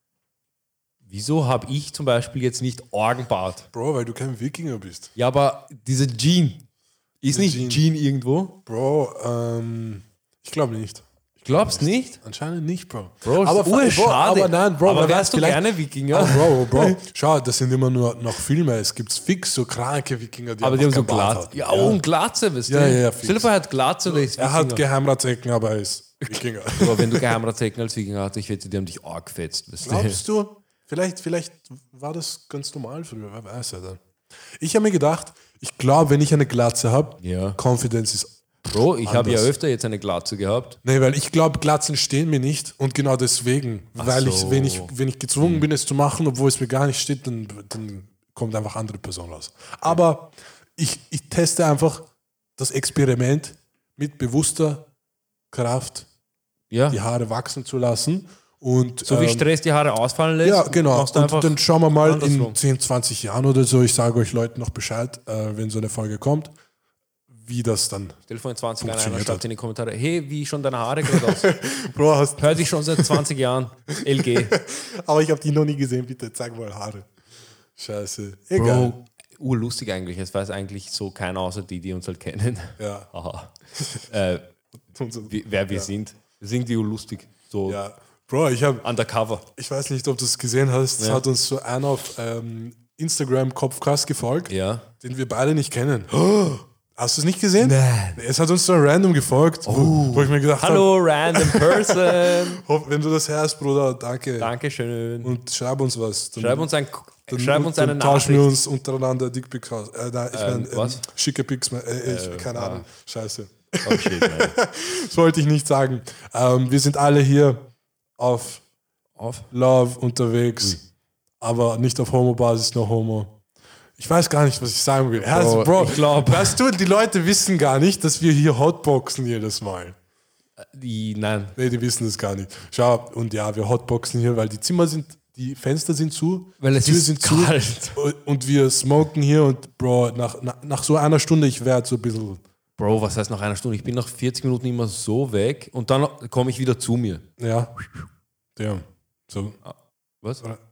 Wieso habe ich zum Beispiel jetzt nicht Orgenbart? Bro, weil du kein Wikinger bist. Ja, aber diese Gene, ist diese nicht Gene. Gene irgendwo? Bro, ähm, ich glaube nicht. Glaubst nicht. nicht? Anscheinend nicht, Bro. Bro, aber Bro, schade. Aber nein, Bro. Aber wärst du gerne Wikinger? Oh, Bro, Bro. Schau, das sind immer nur noch Filme. Es gibt fix so kranke Wikinger, die aber die haben so Glatze. Ja, oh, und Glatze, weißt du? Ja, ja, ja. Silver hat Glatze oder ist Er hat Geheimratsecken, aber er ist Wikinger. Aber wenn du Geheimratsecken als Wikinger hast, ich wette, die haben dich arg gefetzt. Weißt Glaubst du? du? Vielleicht, vielleicht war das ganz normal früher, wer weiß ja dann. Ich habe mir gedacht, ich glaube, wenn ich eine Glatze habe, ja. Confidence ist Bro, ich habe ja öfter jetzt eine Glatze gehabt. Nee, weil ich glaube, Glatzen stehen mir nicht und genau deswegen, Ach weil so. ich, wenn ich, wenn ich gezwungen hm. bin, es zu machen, obwohl es mir gar nicht steht, dann, dann kommt einfach andere Person raus. Aber ich, ich teste einfach das Experiment mit bewusster Kraft, ja. die Haare wachsen zu lassen. Und, so wie ähm, Stress die Haare ausfallen lässt. Ja, genau. Und dann schauen wir mal andersrum. in zehn, zwanzig Jahren oder so, ich sage euch Leuten noch Bescheid, äh, wenn so eine Folge kommt, wie das dann Telefon zwanzig Jahren einer schreibt in die Kommentare, hey, wie schon deine Haare gerade aus? Bro, hast hör dich schon seit zwanzig Jahren. L G. Aber ich habe die noch nie gesehen, bitte zeig mal Haare. Scheiße. Egal. Bro, urlustig eigentlich. Es weiß eigentlich so keiner außer die, die uns halt kennen. Ja. Aha. äh, wie, wer wir ja. sind. Wir sind die urlustig. So. Ja. Bro, ich habe Undercover. Ich weiß nicht, ob du es gesehen hast. Es ja. hat uns so einer auf ähm, Instagram Kopfkast gefolgt, ja. den wir beide nicht kennen. Oh, hast du es nicht gesehen? Nein. Es hat uns so random gefolgt, oh. wo, wo ich mir gedacht habe: Hallo, hab, random person. Wenn du das hörst, Bruder, danke. Dankeschön. Und schreib uns was. Dann, schreib uns, ein, dann, schreib uns eine dann Nachricht. Tauschen wir uns untereinander Dickpics aus. Äh, nein, ich ähm, meine, ähm, schicke Pics. Äh, ich, äh, keine ah. Ahnung. Scheiße. Oh, shit, das wollte ich nicht sagen. Ähm, wir sind alle hier auf Auf? Love unterwegs, mhm. aber nicht auf Homo-Basis, nur Homo. Ich weiß gar nicht, was ich sagen will. Also, Bro, ich glaube, weißt du, die Leute wissen gar nicht, dass wir hier Hotboxen jedes Mal. Die, nein. Nee, die wissen das gar nicht. Schau, und ja, wir Hotboxen hier, weil die Zimmer sind, die Fenster sind zu, weil es die Türen ist sind kalt. Zu, und wir smoken hier und Bro, nach, nach, nach so einer Stunde, ich werde so ein bisschen... Bro, was heißt nach einer Stunde? Ich bin nach vierzig Minuten immer so weg und dann komme ich wieder zu mir. Ja. Damn. So. Was? Ja.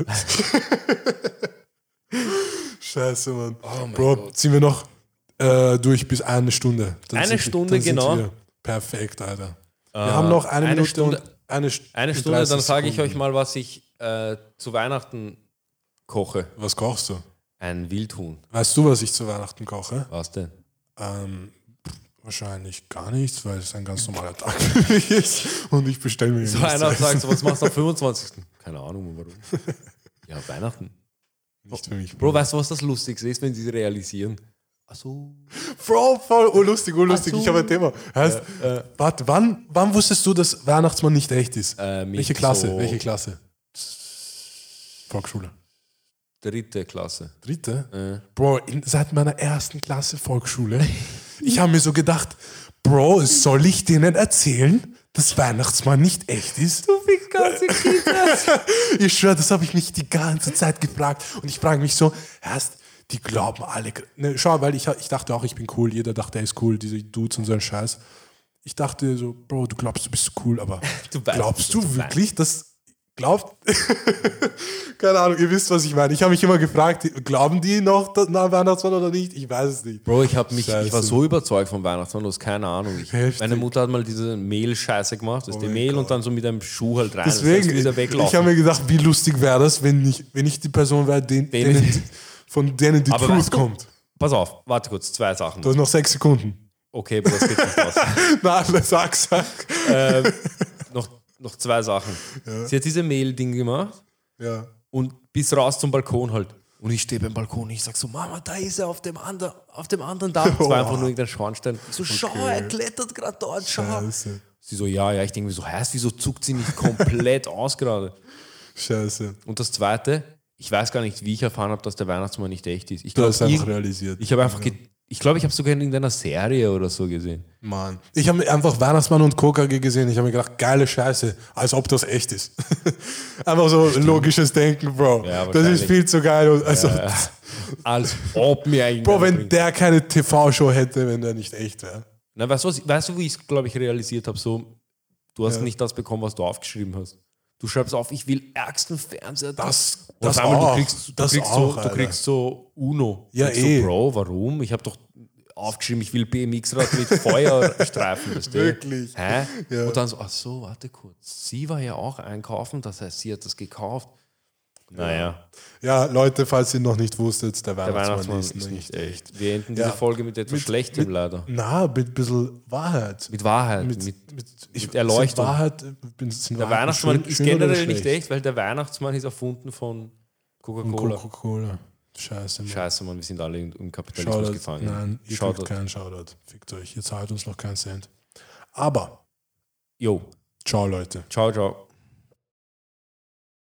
Scheiße, Mann. Oh Bro, Gott. ziehen wir noch äh, durch bis eine Stunde. Dann eine sind, Stunde, dann genau. Wir perfekt, Alter. Wir äh, haben noch eine, eine Minute Stunde, und eine, eine Stunde, dann sage ich euch mal, was ich äh, zu Weihnachten koche. Was kochst du? Ein Wildhuhn. Weißt du, was ich zu Weihnachten koche? Was denn? Ähm, wahrscheinlich gar nichts, weil es ein ganz normaler Tag für mich ist und ich bestelle mir so einer sagt so, was machst du am fünfundzwanzigsten? Keine Ahnung, warum. Ja, Weihnachten. Nicht für mich. Bro, weißt du, was das Lustigste ist, wenn sie realisieren? Achso. Bro, voll urlustig, urlustig. Ach so. Ich habe ein Thema. Heißt, äh, äh, warte, wann, wann wusstest du, dass Weihnachtsmann nicht echt ist? Äh, Welche Klasse? So Welche Klasse? Volksschule. Dritte Klasse. Dritte? Äh. Bro, in, seit meiner ersten Klasse Volksschule. Ich habe mir so gedacht, Bro, soll ich denen erzählen, dass Weihnachtsmann nicht echt ist? Du fickst ganze Kinder. Ich schwöre, das habe ich mich die ganze Zeit gefragt. Und ich frage mich so, erst, die glauben alle. Ne, schau, weil ich, ich dachte auch, ich bin cool. Jeder dachte, er ist cool, diese Dudes und so ein Scheiß. ich dachte so, Bro, du glaubst, du bist so cool, aber du weißt, glaubst du wirklich, dass glaubt, keine Ahnung, ihr wisst, was ich meine. Ich habe mich immer gefragt, glauben die noch nach Weihnachtsmann oder nicht? Ich weiß es nicht. Bro, ich habe mich, Scheiße. ich war so überzeugt vom Weihnachtsmann, du hast keine Ahnung. Ich, meine Mutter hat mal diese Mehl-Scheiße gemacht, das oh ist die Mehl Gott. Und dann so mit einem Schuh halt rein. Deswegen, das heißt, ich, ich habe mir gedacht, wie lustig wäre das, wenn ich, wenn ich die Person wäre, den, denen, von denen die aber Truth weißt du, kommt. Pass auf, warte kurz, zwei Sachen. Du hast noch sechs Sekunden. Okay, aber das geht nicht aus. Nein, sag, sag. Ähm, noch Noch zwei Sachen. Ja. Sie hat diese Mehl-Ding gemacht ja. und bis raus zum Balkon halt. Und ich stehe beim Balkon und ich sage so, Mama, da ist er auf dem, ander, auf dem anderen Dach. Das war einfach nur irgendein Schornstein. Ich so, schau, okay. Er klettert gerade dort, schau. Scheiße. Sie so, ja, ja, ich denke mir so, heißt, wieso zuckt sie nicht komplett aus gerade? Scheiße. Und das Zweite, ich weiß gar nicht, wie ich erfahren habe, dass der Weihnachtsmann nicht echt ist. Ich du hast einfach realisiert. Ich habe einfach, ja. ich glaube, ich habe sogar in irgendeiner Serie oder so gesehen. Mann. Ich habe einfach Weihnachtsmann und K K G gesehen. Ich habe mir gedacht, geile Scheiße, als ob das echt ist. Einfach so Stimmt. logisches Denken, Bro. Ja, das ist viel zu geil. Also, ja, ja. Als ob mir eigentlich. Bro, wenn bringt. Der keine T V-Show hätte, wenn der nicht echt wäre. Na, weißt du, was, weißt du, wie ich es, glaube ich, realisiert habe? So, du hast ja. nicht das bekommen, was du aufgeschrieben hast. Du schreibst auf, ich will ärgsten Fernseher. Das, das einmal, auch. Du kriegst, du, das kriegst auch, so, du kriegst so Uno. Ja, kriegst eh. So, Bro, warum? Ich habe doch aufgeschrieben, ich will B M X-Rad mit Feuerstreifen. Weißt du? Wirklich? Hä? Ja. Und dann so, ach so, warte kurz. Sie war ja auch einkaufen, das heißt, sie hat das gekauft. Naja. Ja, Leute, falls ihr noch nicht wusstet, der Weihnachtsmann, der Weihnachtsmann ist, ist nicht echt. echt. Wir enden diese ja. Folge mit etwas mit, Schlechtem mit, leider. Na, mit ein bisschen Wahrheit. Mit Wahrheit. Mit, mit, mit, ich, mit Erleuchtung. Wahrheit, sind der Wahrheit Weihnachtsmann schön, ist schön generell nicht echt, weil der Weihnachtsmann ist erfunden von Coca-Cola. Coca-Cola. Scheiße, Mann. Scheiße, Mann, wir sind alle im Kapitalismus Shoutout, gefangen. Nein, ihr kriegt keinen Shoutout. Fickt euch, ihr zahlt uns noch keinen Cent. Aber, jo. Ciao, Leute. Ciao, ciao.